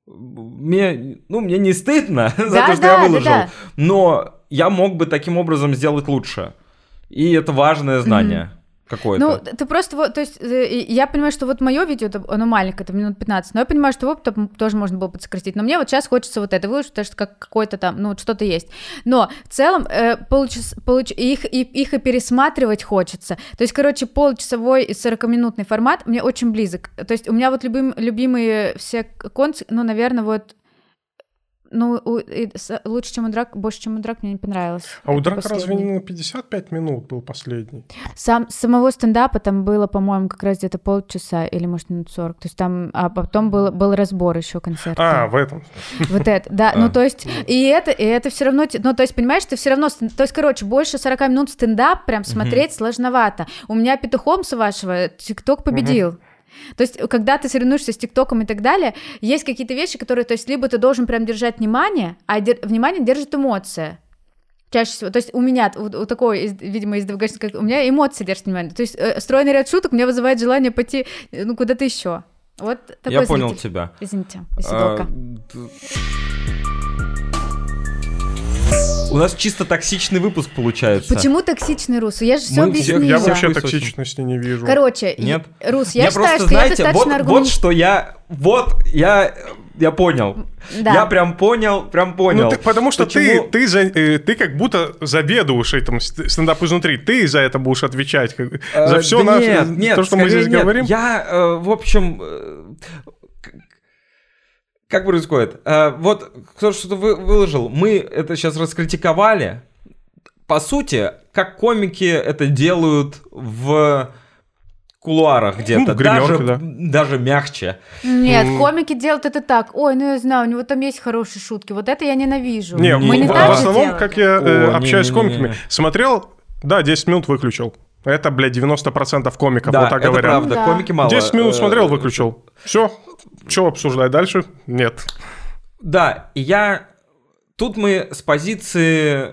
Мне, ну, мне не стыдно да, за то, что да, я выложил, да, да. но я мог бы таким образом сделать лучше. И это важное знание mm-hmm. какое-то. Ну, ты просто, вот, то есть, я понимаю, что вот мое видео, оно маленькое, это минут пятнадцать, но я понимаю, что его тоже можно было подсократить. Но мне вот сейчас хочется вот это выложить, потому что как какой-то там, ну, вот что-то есть. Но в целом э, полчас, получ... их, и, их и пересматривать хочется. То есть, короче, получасовой и сорокаминутный формат мне очень близок. То есть у меня вот любим, любимые все концы, ну, наверное, вот ну, у, и, с, лучше, чем у Драк, больше, чем у Драк, мне не понравилось. А у Драка разве не на пятьдесят пять минут был последний? Сам, самого стендапа там было, по-моему, как раз где-то полчаса или, может, минут сорок. То есть там, а потом был, был разбор еще концерта. А, в этом. Вот это, да. Ну, то есть, и это, и это все равно, ну, то есть, понимаешь, ты все равно, то есть, короче, больше сорока минут стендап прям смотреть сложновато. У меня Петухомса вашего ТикТок победил. То есть, когда ты соревнуешься с ТикТоком и так далее, есть какие-то вещи, которые, то есть, либо ты должен прям держать внимание, а дер... внимание держит эмоция. Чаще всего. То есть, у меня, у, у такой, видимо, из ДВГшника, у меня эмоции держат внимание. То есть, э, стройный ряд шуток мне вызывает желание пойти, ну, куда-то еще. Вот такой Я зритель. Понял тебя. Извините, Исидолка. У нас чисто токсичный выпуск получается. Почему токсичный, Рус? Я же все Мы объяснила. Я вообще токсичности не вижу. Короче, Нет? Рус, я, я считаю, просто, что знаете, я достаточно вот, аргумент... вот что я... Вот, я... Я понял. Да. Я прям понял, прям понял. Ну, ты, потому что Почему... ты, ты, за, э, ты как будто заведуешь этим стендап изнутри. Ты за это будешь отвечать. Как, э, за все да наше, нет, нет, то, что мы здесь нет. говорим. Я, э, в общем... Э, как происходит? Э, вот кто что-то вы, выложил, мы это сейчас раскритиковали. По сути, как комики это делают в кулуарах где-то, ну, гримерке, даже, да. даже мягче. Нет, комики делают это так. Ой, ну я знаю, у него там есть хорошие шутки. Вот это я ненавижу. Не, Мы в, не в, так в же основном, делаем. как я э, О, общаюсь не, с не, комиками, не. смотрел, да, десять минут выключил. Это, блядь, девяносто процентов комиков, Да, вот так это говорят. правда, Да. комики мало. десять минут э, смотрел, выключил. Все. Что обсуждать дальше? Нет. Да, и я... Тут мы с позиции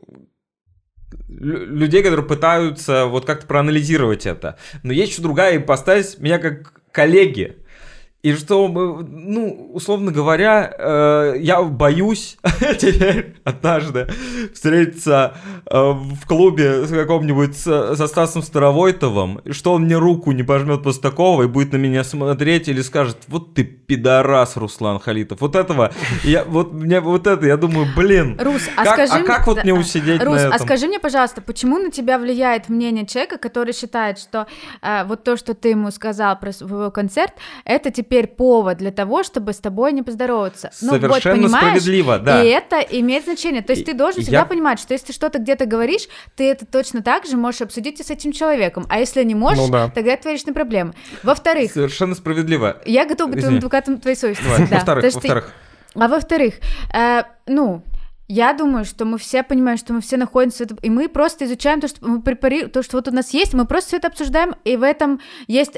людей, которые пытаются вот как-то проанализировать это. Но есть еще другая ипостась меня как коллеги. И что, ну, условно говоря, э, я боюсь теперь однажды встретиться э, в клубе с каком-нибудь со, со Стасом Старовойтовым, и что он мне руку не пожмет после такого и будет на меня смотреть или скажет: вот ты пидорас, Руслан Халитов. Вот этого, я, вот, мне, вот это, я думаю, блин, Рус, а как, скажи а мне, как вот да, мне усидеть Рус, на этом? а скажи мне, пожалуйста, почему на тебя влияет мнение человека, который считает, что э, вот то, что ты ему сказал про свой концерт, это теперь повод для того, чтобы с тобой не поздороваться. Совершенно ну, вот, понимаешь? справедливо, да. И это имеет значение. То есть И, ты должен я... всегда понимать, что если ты что-то где-то говоришь, ты это точно так же можешь обсудить и с этим человеком. А если не можешь, ну, да. тогда это твоя личная проблема. Во-вторых... Совершенно справедливо. Я готова быть твоим адвокатом твоей совести. Давай. Да. Во-вторых, Ты... во-вторых. А во-вторых, э, ну... Я думаю, что мы все понимаем, что мы все находимся в этом, и мы просто изучаем то, что мы препарируем, то, что вот у нас есть, мы просто все это обсуждаем, и в этом есть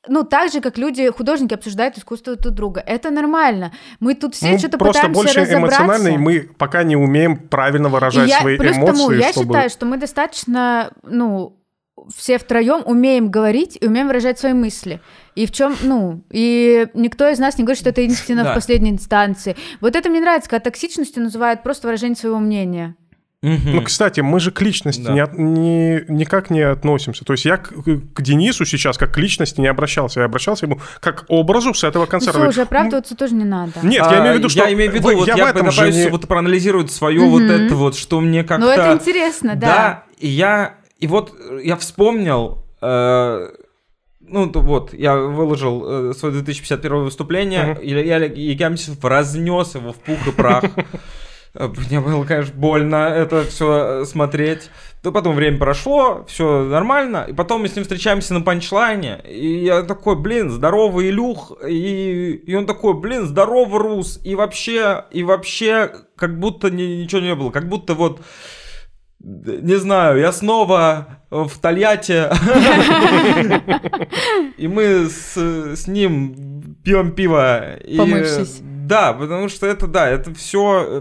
ну, так же, как люди, художники обсуждают искусство друг друга. Это нормально. Мы тут все ну, что-то просто пытаемся больше разобраться. Эмоциональные, мы пока не умеем правильно выражать я, свои плюс эмоции. Плюс к тому, я чтобы... считаю, что мы достаточно, ну, все втроем умеем говорить и умеем выражать свои мысли. И в чем, ну, и никто из нас не говорит, что это истина да. в последней инстанции. Вот это мне нравится, когда токсичностью называют просто выражение своего мнения. Ну, кстати, мы же к личности да. не, не, никак не относимся. То есть я к, к Денису сейчас как к личности не обращался. Я обращался ему как к образу с этого концерта. Ну, все, уже оправдываться тоже не надо. Нет, а, я имею в виду, что... Я имею в виду, вы, вот я, я в этом пытаюсь не... вот проанализировать свое mm-hmm. вот это вот, что мне как-то... Ну, это интересно, да. Да, и я... И вот я вспомнил... Э, ну, вот, я выложил э, свое две тысячи пятьдесят первое выступление, mm-hmm. и я Егемисев разнес его в пух и прах. Мне было, конечно, больно это все смотреть. То потом время прошло, все нормально. И потом мы с ним встречаемся на панчлайне. И я такой, блин, здоровый Илюх. И, и он такой, блин, здоровый Рус. И вообще, и вообще, как будто ни, ничего не было. Как будто вот, не знаю, я снова в Тольятти. И мы с ним пьем пиво. Помывшись. Да, потому что это, да, это все...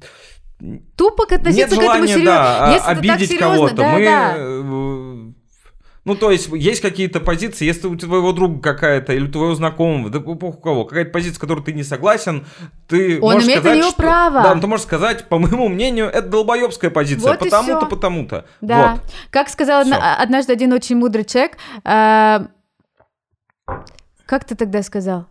Тупо относиться Нет к этому серьезно. Да, если обидеть серьезно, кого-то. да, Мы... да. Ну, то есть, есть какие-то позиции, если у твоего друга какая-то, или у твоего знакомого, да у кого, какая-то позиция, с которой ты не согласен, ты Он можешь имеет сказать, на него что... право. Да, ты можешь сказать, по моему мнению, это долбоебская позиция, вот потому-то, потому-то. Да. Вот. Как сказал всё. Однажды один очень мудрый человек, э... как ты тогда сказал?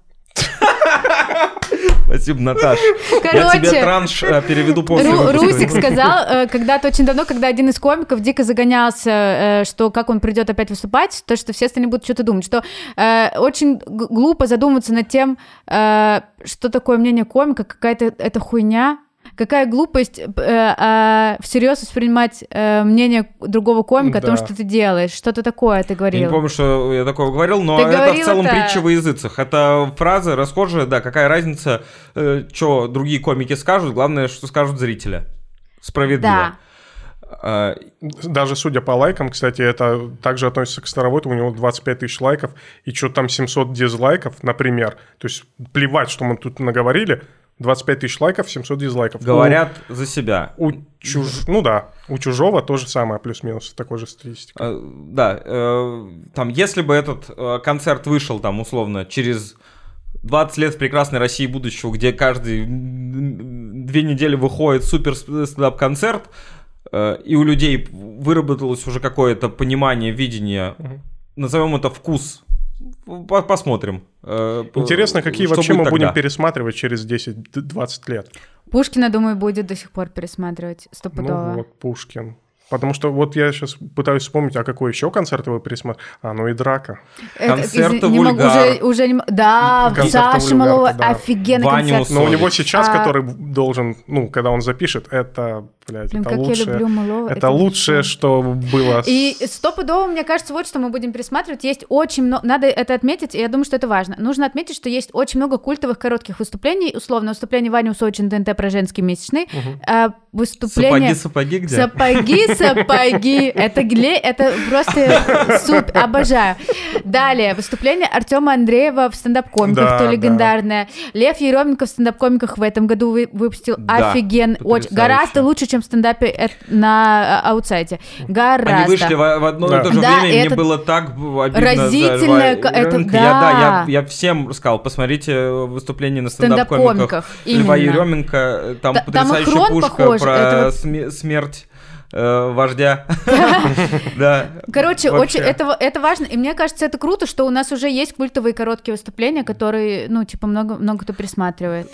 Спасибо, Наташ. Короче, я тебе транш э, переведу после Ру- выпуска. Русик сказал э, когда-то очень давно, когда один из комиков дико загонялся, э, что как он придет опять выступать, то, что все остальные будут что-то думать, что э, очень г- глупо задуматься над тем, э, что такое мнение комика, какая-то это хуйня. Какая глупость э, э, всерьез воспринимать э, мнение другого комика да. о том, что ты делаешь. Что-то такое ты говорил. Я не помню, что я такое говорил, но ты это в целом это... притча во языцах. Это фраза расхожая, да, какая разница, э, что другие комики скажут, главное, что скажут зрители. Справедливо. Да. Даже судя по лайкам, кстати, это также относится к Старовойту, у него двадцать пять тысяч лайков, и что-то там семьсот дизлайков, например. То есть плевать, что мы тут наговорили, двадцать пять тысяч лайков, семьсот дизлайков. Говорят у, за себя. У чуж... Ну да, у чужого то же самое, плюс-минус, такой же статистика. А, да, э, там, если бы этот э, концерт вышел, там, условно, через двадцать лет в прекрасной России будущего, где каждые две недели выходит супер стендап-концерт, э, и у людей выработалось уже какое-то понимание, видение, угу. назовем это вкус. Посмотрим. Интересно, какие что вообще мы тогда? будем пересматривать через десять-двадцать лет. Пушкина, думаю, будет до сих пор пересматривать стопудово. Ну вот, Пушкин. Потому что вот я сейчас пытаюсь вспомнить, а какой еще концерт его пересмотреть. А, ну и «Драка». Концерты не могу, «Вульгар». Уже, уже не... Да, Саша Малова, да. Офигенный Ваню концерт. Но у него сейчас, а... который должен, ну, когда он запишет, это, блядь, Блин, это как лучшее. Я люблю Малова. Это, это лучшее, все. Что было. И стопудово, мне кажется, вот что мы будем пересматривать. Есть очень много... Надо это отметить, и я думаю, что это важно. Нужно отметить, что есть очень много культовых коротких выступлений. Условно, выступление Вани Усовича на ТНТ про женский месячный. Угу. А, выступление... Сапоги-сапоги где? Сапоги-сапоги. Это глей, это просто супер, обожаю. Далее, выступление Артема Андреева в стендап-комиках, да, то легендарное. Да. Лев Еременко в стендап-комиках в этом году выпустил да, офигенно, очень, гораздо лучше, чем в стендапе на аутсайде. Гораздо. Они вышли в, в одно да. и то же да, время, и это мне было так обидно. разительно. Это, да. Я, да, я, я всем сказал, посмотрите выступление на стендап-комиках. Льва Еременко, там Т- потрясающая там пушка похож. Про это вот... смерть вождя. Да. Короче, очень это, это важно. И мне кажется, это круто, что у нас уже есть культовые короткие выступления, которые, ну, типа, много, много кто пересматривает.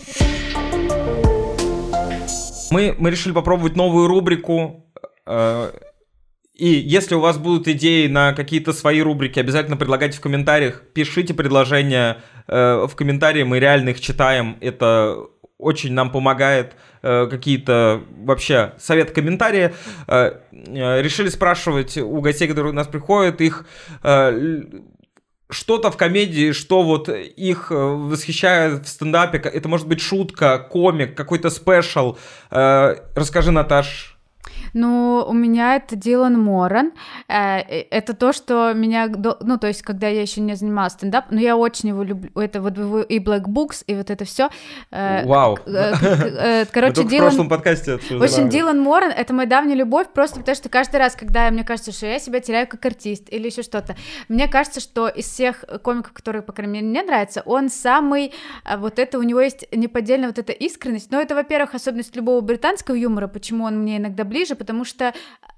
Мы, мы решили попробовать новую рубрику. И если у вас будут идеи на какие-то свои рубрики, обязательно предлагайте в комментариях. Пишите предложения в комментарии, мы реально их читаем. Это очень нам помогает. Какие-то вообще советы, комментарии. Решили спрашивать у гостей, которые у нас приходят, их что-то в комедии, что вот их восхищает в стендапе. Это может быть шутка, комик, какой-то спешл. Расскажи, Наташ. Ну, у меня это Дилан Моран. Это то, что меня... Ну, то есть, когда я еще не занималась стендапом, но я очень его люблю. Это вот и Black Books, и вот это все. Вау. Короче, Дилан... в прошлом подкасте обсуждали. В общем, Дилан Моран — это моя давняя любовь, просто потому что каждый раз, когда мне кажется, что я себя теряю как артист или еще что-то, мне кажется, что из всех комиков, которые, по крайней мере, мне нравятся, он самый... Вот это у него есть неподдельная вот эта искренность. Но это, во-первых, особенность любого британского юмора, почему он мне иногда ближе, потому что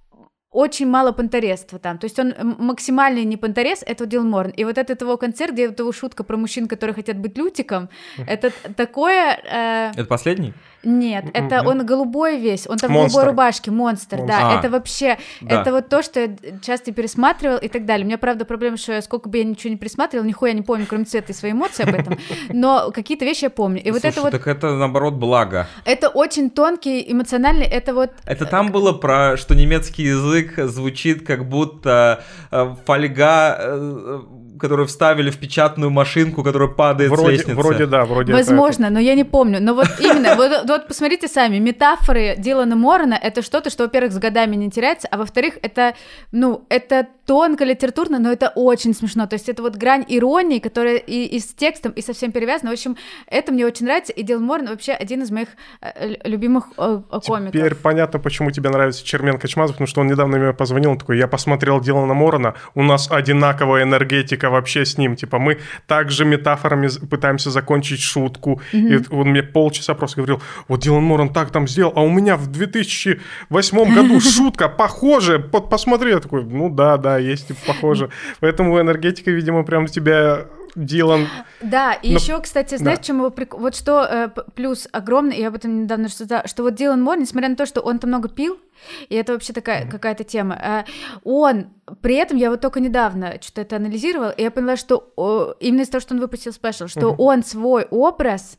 очень мало понторезства там, то есть он максимальный не понторез, это Дилан Моран, и вот этот его концерт, где вот его шутка про мужчин, которые хотят быть лютиком, это такое... Э... Это последний? Нет, это Mm-hmm. он голубой весь, он там Monster. в голубой рубашке, монстр, Monster. да, А, это вообще, да. это вот то, что я часто пересматривал и так далее. У меня, правда, проблема, что я, сколько бы я ничего не пересматривала, нихуя не помню, кроме цвета и свои эмоции об этом, но какие-то вещи я помню. И Слушай, вот это вот... так это, наоборот, благо. Это очень тонкий, эмоциональный, это вот... Это там было про, что немецкий язык звучит как будто э, фольга... Э, которую вставили в печатную машинку, которая падает вроде, с лестницы. Вроде да, вроде Возможно, это... но я не помню. Но вот именно, вот, вот посмотрите сами, метафоры Дилана Морана — это что-то, что, во-первых, с годами не теряется, а во-вторых, это, ну, это тонко литературно, но это очень смешно. То есть это вот грань иронии, которая и, и с текстом, и совсем перевязана. В общем, это мне очень нравится, и Дилан Моран вообще один из моих э, любимых э, комиков. Теперь понятно, почему тебе нравится Черменко-Чмазов, потому что он недавно мне позвонил, он такой: я посмотрел Дилана Морана, у нас одинаковая энергетика вообще с ним, типа мы также метафорами пытаемся закончить шутку, mm-hmm. и он мне полчаса просто говорил: вот Дилан Моран так там сделал, а у меня в две тысячи восьмом году шутка похожая, посмотри, я такой: ну да, да, есть похоже, поэтому энергетика, видимо, прям у тебя... Дилан. Да, и Но... еще, кстати, знаешь, да. чем его прик... вот что э, плюс огромный, я об этом недавно рассуждала, что вот Дилан Моран, несмотря на то, что он там много пил, и это вообще такая mm-hmm. какая-то тема, э, он, при этом я вот только недавно что-то это анализировала, и я поняла, что о, именно из-за того, что он выпустил спешл, что mm-hmm. он свой образ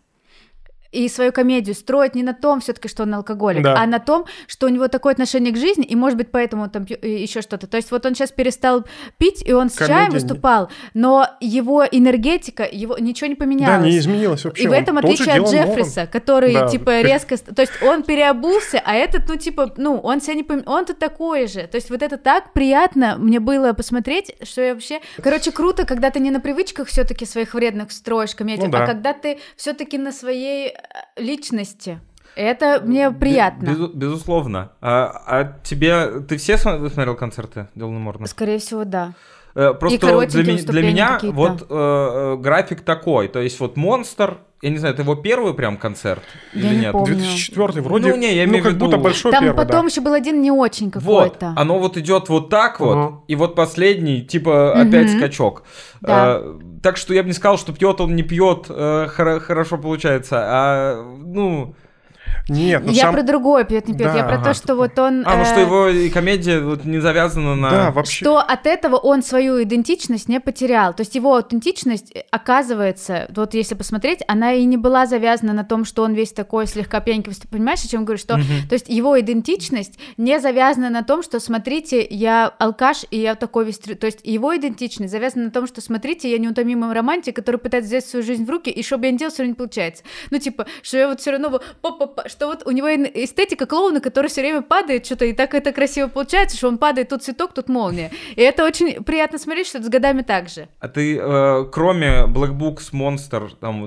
и свою комедию строит не на том все-таки, что он алкоголик, да. а на том, что у него такое отношение к жизни, и, может быть, поэтому он там еще что-то. То есть вот он сейчас перестал пить, и он с Комедия чаем выступал, но его энергетика, его ничего не поменялось. Да, не изменилось вообще. И в этом отличие от Джеффриса, Моран. Который, да. типа, резко... То есть он переобулся, а этот, ну, типа, ну, он себя не поменял, он-то такой же. То есть вот это так приятно мне было посмотреть, что я вообще... Короче, круто, когда ты не на привычках все-таки своих вредных строишь комедию, ну, да. а когда ты все-таки на своей... личности. Это мне приятно. Без, безусловно. А, а тебе... Ты все смотрел концерты Дилана Морана? Скорее всего, да. Просто для, ми- для меня вот э, график такой. То есть вот «Монстр», я не знаю, это его первый прям концерт я или не нет? Помню. две тысячи четвёртый вроде, ну, не, я ну как виду... будто большой там первый, потом да. еще был один не очень какой-то. Вот, оно вот идет вот так вот, uh-huh. и вот последний, типа, uh-huh. опять скачок. Да. А, так что я бы не сказал, что пьет он, не пьет, а, хор- хорошо получается, а, ну... Нет, ну я сам... про другое пьет не пьет, да, я про ага, то, что вот он. А, ну что его и комедия вот не завязана на. Да, вообще. Что от этого он свою идентичность не потерял. То есть его аутентичность, оказывается, вот если посмотреть, она и не была завязана на том, что он весь такой слегка пьяненький. Ты понимаешь, о чем я говорю? Что, mm-hmm. то есть его идентичность не завязана на том, что смотрите, я алкаш и я такой весь. То есть его идентичность завязана на том, что смотрите, я неутомимый романтик, который пытается взять свою жизнь в руки, и что бы я ни делал, все равно не получается. Ну типа, что я вот все равно па-па-па, что вот у него эстетика клоуна, который все время падает что-то, и так это красиво получается, что он падает, тут цветок, тут молния. И это очень приятно смотреть, что это с годами так же. А ты, э, кроме Black Books, Monster, там вот,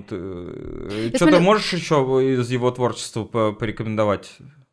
э, что-то смотрю... можешь еще из его творчества порекомендовать?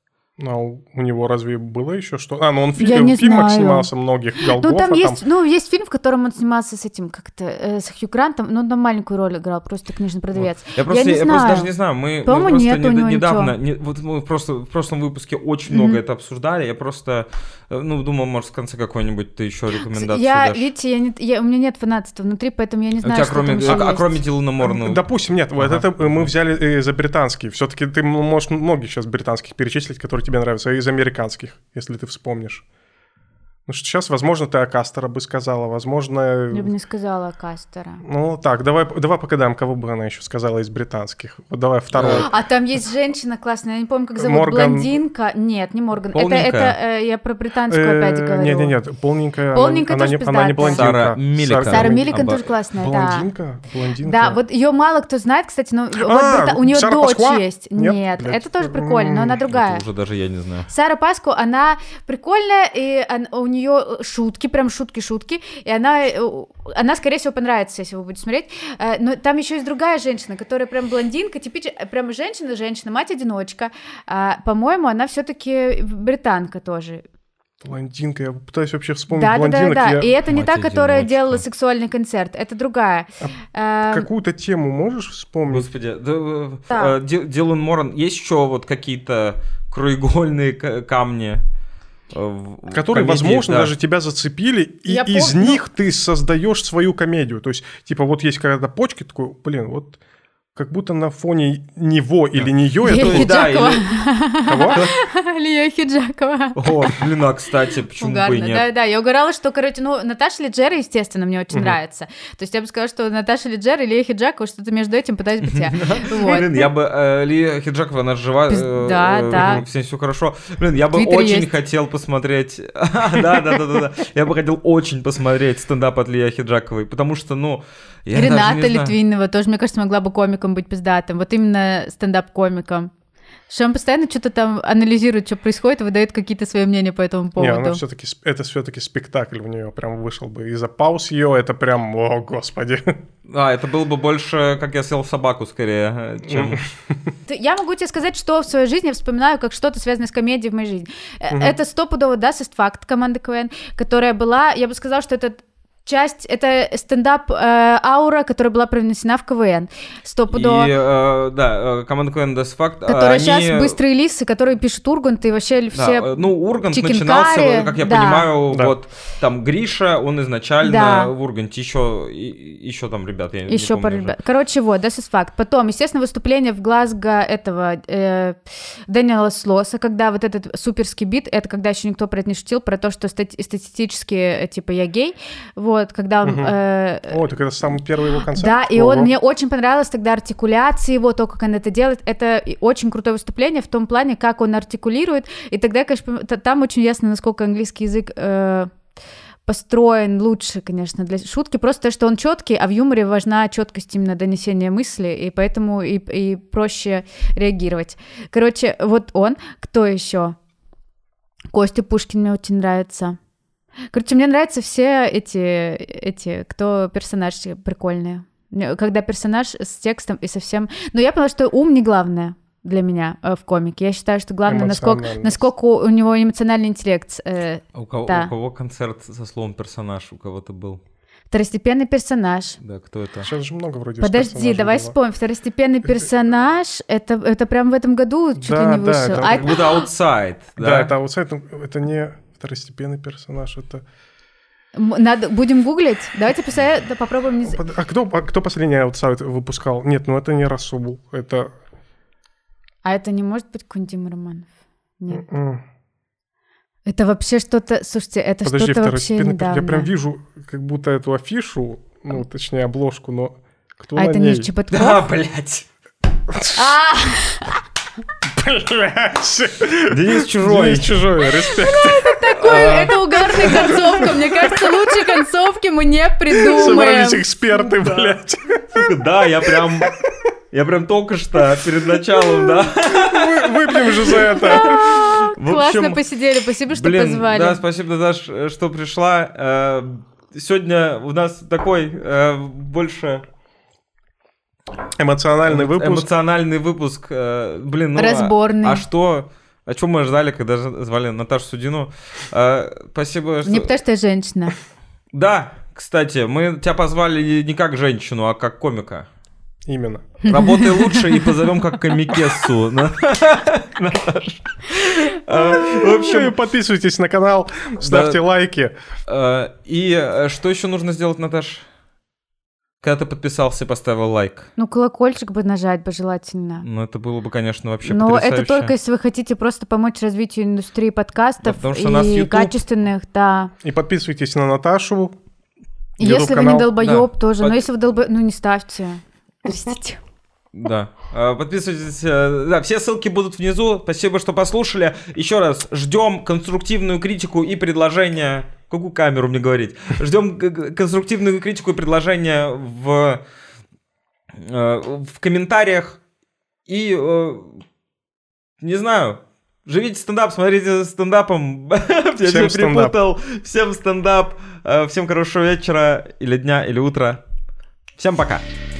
А у него разве было еще что? А, ну он в, фи- в фильмах знаю. Снимался многих. Голгофа, ну, там, там есть, ну, есть фильм, в котором он снимался с этим, как-то, э, с Хью Грантом, но он там маленькую роль играл, просто книжный продавец. Вот. Я, просто, я, не я знаю. просто даже не знаю, мы, мы просто нет, не, недавно, не, вот мы просто в прошлом выпуске очень mm-hmm. много это обсуждали, я просто, ну, думал, может, в конце какой-нибудь ты еще рекомендацию я, дашь. Видите, я не, я, у меня нет фанатства внутри, поэтому я не знаю, а что кроме, там еще а, есть. А кроме Дилана Морана? Допустим, нет, ага. вот это мы взяли из-за британских, все-таки ты можешь многих сейчас британских перечислить, которые тебе нравятся, из американских, если ты вспомнишь. Ну что сейчас, возможно, ты Акастера бы сказала, возможно... Я бы не сказала Акастера. Ну так, давай, давай погадаем, кого бы она еще сказала из британских. Вот давай второй. А там есть женщина классная, я не помню, как зовут, Морган... блондинка. Нет, не Морган. Это, это э, я про британскую опять говорю. Нет-нет-нет, полненькая. Полненькая она, тоже она, не, она не блондинка. Сара Милликан. Сара Милликан Оба... тоже классная, блондинка? да. Блондинка? Да, вот ее мало кто знает, кстати, но А, вот Брита... у нее Сара дочь Паскуа? есть. Нет, Нет, блядь. это тоже прикольно, но она другая. Это уже даже я не знаю. Сара Паску, она прикольная, и она, у нее шутки, прям шутки-шутки, и она, она, скорее всего, понравится, если вы будете смотреть. Но там еще есть другая женщина, которая прям блондинка, типичная, прям женщина-женщина, мать-одиночка. А, по-моему, она все-таки британка тоже. Блондинка, я пытаюсь вообще вспомнить да, блондинок. Да, да, да, я... и это не Мать та, которая одиночка. делала сексуальный концерт, это другая. А а, какую-то тему можешь вспомнить? Господи, да, Да. э, Ди- Дилан Моран, есть еще вот какие-то краеугольные к- камни? э, в- в Которые, комедии, возможно, да. даже тебя зацепили, и Я из помню- них ты создаешь свою комедию. То есть, типа, вот есть когда почки, такой, блин, вот как будто на фоне него или нее Лия это... Да, Хиджакова. Кого? Лия Хиджакова. О, блин, а, кстати, почему бы и Угарно, нет? да, да, я угорала, что, короче, ну, Наташа Леджера, естественно, мне очень Мгм. нравится. То есть я бы сказала, что Наташа Леджера и Лия Хиджакова, что-то между этим пытаюсь быть я. Вот. Блин, я бы... э, Лия Хиджакова, она жива. Пиз- э, да, э, да. Все, все хорошо. Блин, я бы Твиттере очень есть. хотел посмотреть... Да, да, да, да, да. Я бы хотел очень посмотреть стендап от Лии Хиджаковой, потому что, ну... я даже Рената не знаю. Литвинова тоже, мне кажется, могла бы комиком быть пиздатым. Вот именно стендап-комиком. Что он постоянно что-то там анализирует, что происходит, и выдает какие-то свои мнения по этому Не, поводу. она все-таки, это все-таки спектакль у нее прям вышел бы. Из-за пауз ее это прям, о, господи. А, это было бы больше, как я съел собаку, скорее, э, чем... Ты- Я могу тебе сказать, что в своей жизни я вспоминаю как что-то связанное с комедией в моей жизни. Э, Это стопудово Das ist Fakt команды КВН, которая была, я бы сказала, что это часть, это стендап э, аура, которая была привнесена в КВН. Стопудово. И, э, да, э, команда КВН Das Fact, Которые они... сейчас быстрые лисы, которые пишут Ургант, и вообще Да, все... э, ну, Ургант Чикенкари, начинался, вот, как я да. понимаю, Да. вот там Гриша, он изначально Да. в Урганте, еще, и- еще там ребят, я не Еще помню пару даже. ребят. Короче, вот, Das ist Fakt. Потом, естественно, выступление в Глазго этого э, Дэниела Слоса, когда вот этот суперский бит, это когда еще никто про это не шутил, про то, что стати- статистически, э, типа, я гей, вот, когда он... Мгм. э, О, так это самый первый его концерт? Да, и Ого. он, мне очень понравилась тогда артикуляция его, то, как он это делает. Это и очень крутое выступление в том плане, как он артикулирует. И тогда, конечно, пом- т- там очень ясно, насколько английский язык э, построен лучше, конечно, для шутки. Просто то, что он четкий, а в юморе важна четкость именно донесения мысли, и поэтому и, и проще реагировать. Короче, вот он. Кто еще? Костя Пушкин мне очень нравится. Короче, мне нравятся все эти, эти, кто персонажи прикольные. Мне- Когда персонаж с текстом и совсем... Но я поняла, что ум не главное для меня э, в комике. Я считаю, что главное, насколько, Эмоциональность. насколько у него эмоциональный интеллект. э, А У кого, Да. у кого концерт со словом персонаж, у кого-то был? второстепенный персонаж. Да, кто это? Сейчас же много вроде Подожди, персонажей давай было. вспомним. Второстепенный персонаж, это, это прям в этом году чуть ли Да, не да, вышел. это А Как будто аутсайд, да? Да, это аутсайд, но это не второстепенный персонаж, это... м- надо, будем гуглить? Давайте посмотрим, да, попробуем. Не... з- Под- А кто, а кто последний аутсайд выпускал? Нет, ну это не Расул, это... А это не может быть какой-нибудь Дима Романов? Нет. м, Это вообще что-то... Слушайте, это Подожди, что-то вообще второстепенный персонаж. недавно. Я прям вижу как будто эту афишу, ну, точнее, обложку, но кто А на это ней? не Чеботков? Да, блядь. А, Блядь. Денис Чужой. Денис Чужой, респект. такой, это угарная концовка. Мне кажется, лучшей концовки мы не придумаем. Собрались эксперты, блядь. Да, я прям... Я прям только что перед началом, да. Вы- Выпьем же за это. В Классно общем, посидели, спасибо, что Блин, позвали. да, спасибо, Даш, э, что пришла. Э, Сегодня у нас такой э, больше Эмоциональный выпуск. эмоциональный выпуск. э, Блин, ну, а- Разборный. А, что? О чем мы ждали, когда ж- звали Наташу Судину? Э, Спасибо, что... Не потому что я женщина. Да, кстати, мы тебя позвали не как женщину, а как комика. Именно. Работай лучше и позовем как комикессу. Наташ. Э, В Ну и общем, подписывайтесь на канал, ставьте лайки. э, и э, что еще нужно сделать, Наташ? Когда ты подписался и поставил лайк. Ну, колокольчик бы нажать бы желательно. Ну, это было бы, конечно, вообще Но потрясающе. это только если вы хотите просто помочь развитию индустрии подкастов да, и YouTube... качественных, да. И подписывайтесь на Наташу. Если вы не долбоёб, да. тоже. Под... Но если вы долбоёб, ну не ставьте. Простите. Да. Подписывайтесь. Да, все ссылки будут внизу. Спасибо, что послушали. Еще раз, ждем конструктивную критику и предложения. Какую камеру мне говорить? Ждем конструктивную критику и предложения в, в комментариях. И, не знаю, живите стендап, смотрите стендапом. Я всем перепутал. Всем стендап. Всем хорошего вечера или дня, или утра. Всем пока.